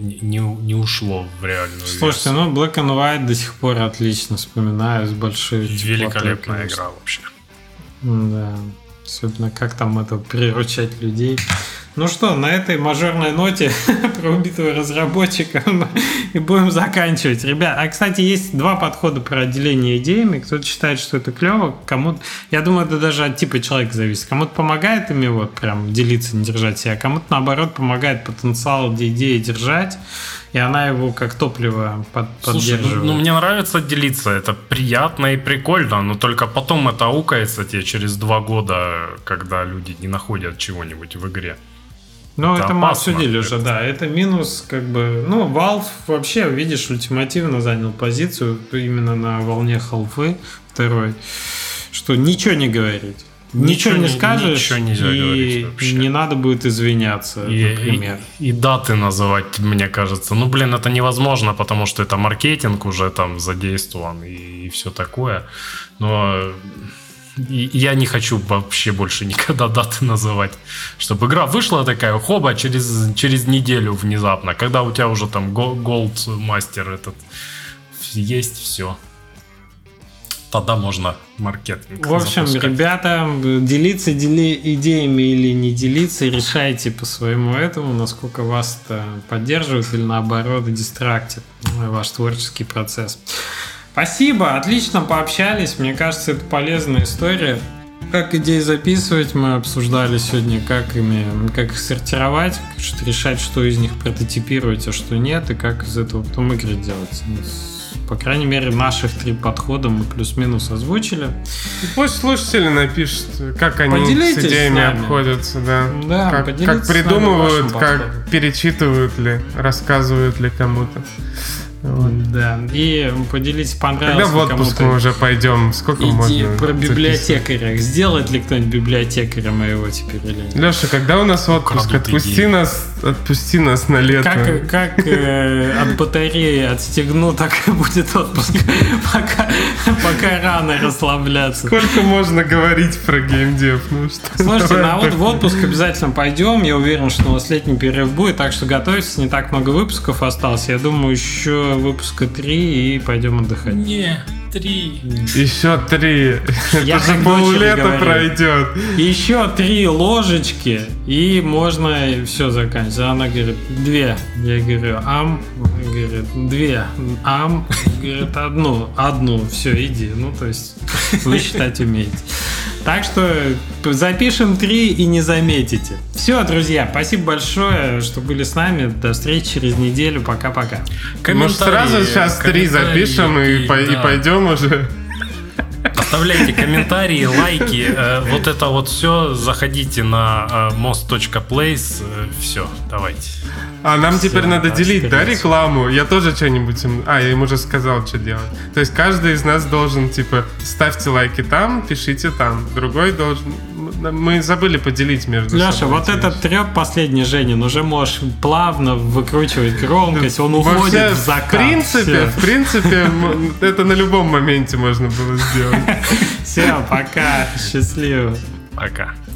не ушло в реальную версию. Слушайте, Black and White до сих пор отлично вспоминаю с большой теплотой. Великолепная игра вообще. Да. Особенно как там это приручать людей. Ну что, на этой мажорной ноте про убитого разработчика и будем заканчивать. Ребят, кстати, есть два подхода про отделение идеями. Кто-то считает, что это клево, кому-то... Я думаю, это даже от типа человека зависит. Кому-то помогает ими прям делиться, не держать себя, а кому-то, наоборот, помогает потенциал идеи держать, и она его как топливо поддерживает. Слушай, мне нравится делиться, это приятно и прикольно, но только потом это аукается тебе через 2 года, когда люди не находят чего-нибудь в игре. Это мы обсудили уже, да. Это минус, Valve вообще, видишь, ультимативно занял позицию именно на волне халфы второй, что ничего не говорить. Ничего не скажешь, и не надо будет извиняться, например. И даты называть, мне кажется. Это невозможно, потому что это маркетинг уже там задействован и все такое. Но... я не хочу вообще больше никогда даты называть. Чтобы игра вышла такая, хоба, через неделю внезапно. Когда у тебя уже там Gold Master этот есть, все. Тогда можно маркетинг В общем, запускать. Ребята, делиться идеями или не делиться, решайте по своему этому, насколько вас это поддерживает или наоборот дистрактит ваш творческий процесс. Спасибо, отлично пообщались. Мне кажется, это полезная история. Как идеи записывать мы обсуждали сегодня, как их сортировать, решать, что из них прототипировать, а что нет, и как из этого потом игры делать. По крайней мере, наших 3 подхода мы плюс-минус озвучили. Пусть слушатели напишут, как они с идеями обходятся, да как придумывают, как перечитывают ли, рассказывают ли кому-то. Да, и поделитесь, понравилось. Когда в отпуск мы уже пойдем, сколько можно? Про библиотекаря. Сделает ли кто-нибудь библиотекаря моего теперь или нет? Леша, когда у нас отпуск? Отпусти нас на лето. Как от батареи отстегну, так и будет отпуск. Пока рано расслабляться. Сколько можно говорить про геймдев? Слушайте, в отпуск обязательно пойдем. Я уверен, что у нас летний перерыв будет, так что готовьтесь. Не так много выпусков осталось. Я думаю, еще выпуска 3 и пойдем отдыхать. Не, 3. Еще 3. Это же поллета пройдет. Еще 3 ложечки, и можно все заканчивать. Она говорит, 2. Я говорю, говорит, 2. Говорит, одну. Все, иди. То есть вы считать умеете. Так что запишем 3 и не заметите. Все, друзья, спасибо большое, что были с нами. До встречи через неделю. Пока-пока. Может, сразу сейчас 3 запишем и пойдем уже? Оставляйте комментарии, лайки. Вот это вот все. Заходите на most.place. Все, давайте. А нам теперь надо делить, да, рекламу? Я тоже что-нибудь... я им уже сказал, что делать. То есть каждый из нас должен, типа, ставьте лайки там, пишите там. Другой должен... Мы забыли поделить между собой. Леша, вот этот трёп последний Женин, уже можешь плавно выкручивать громкость, он уходит в закат. В принципе, это на любом моменте можно было сделать. Все, пока, счастливо. Пока.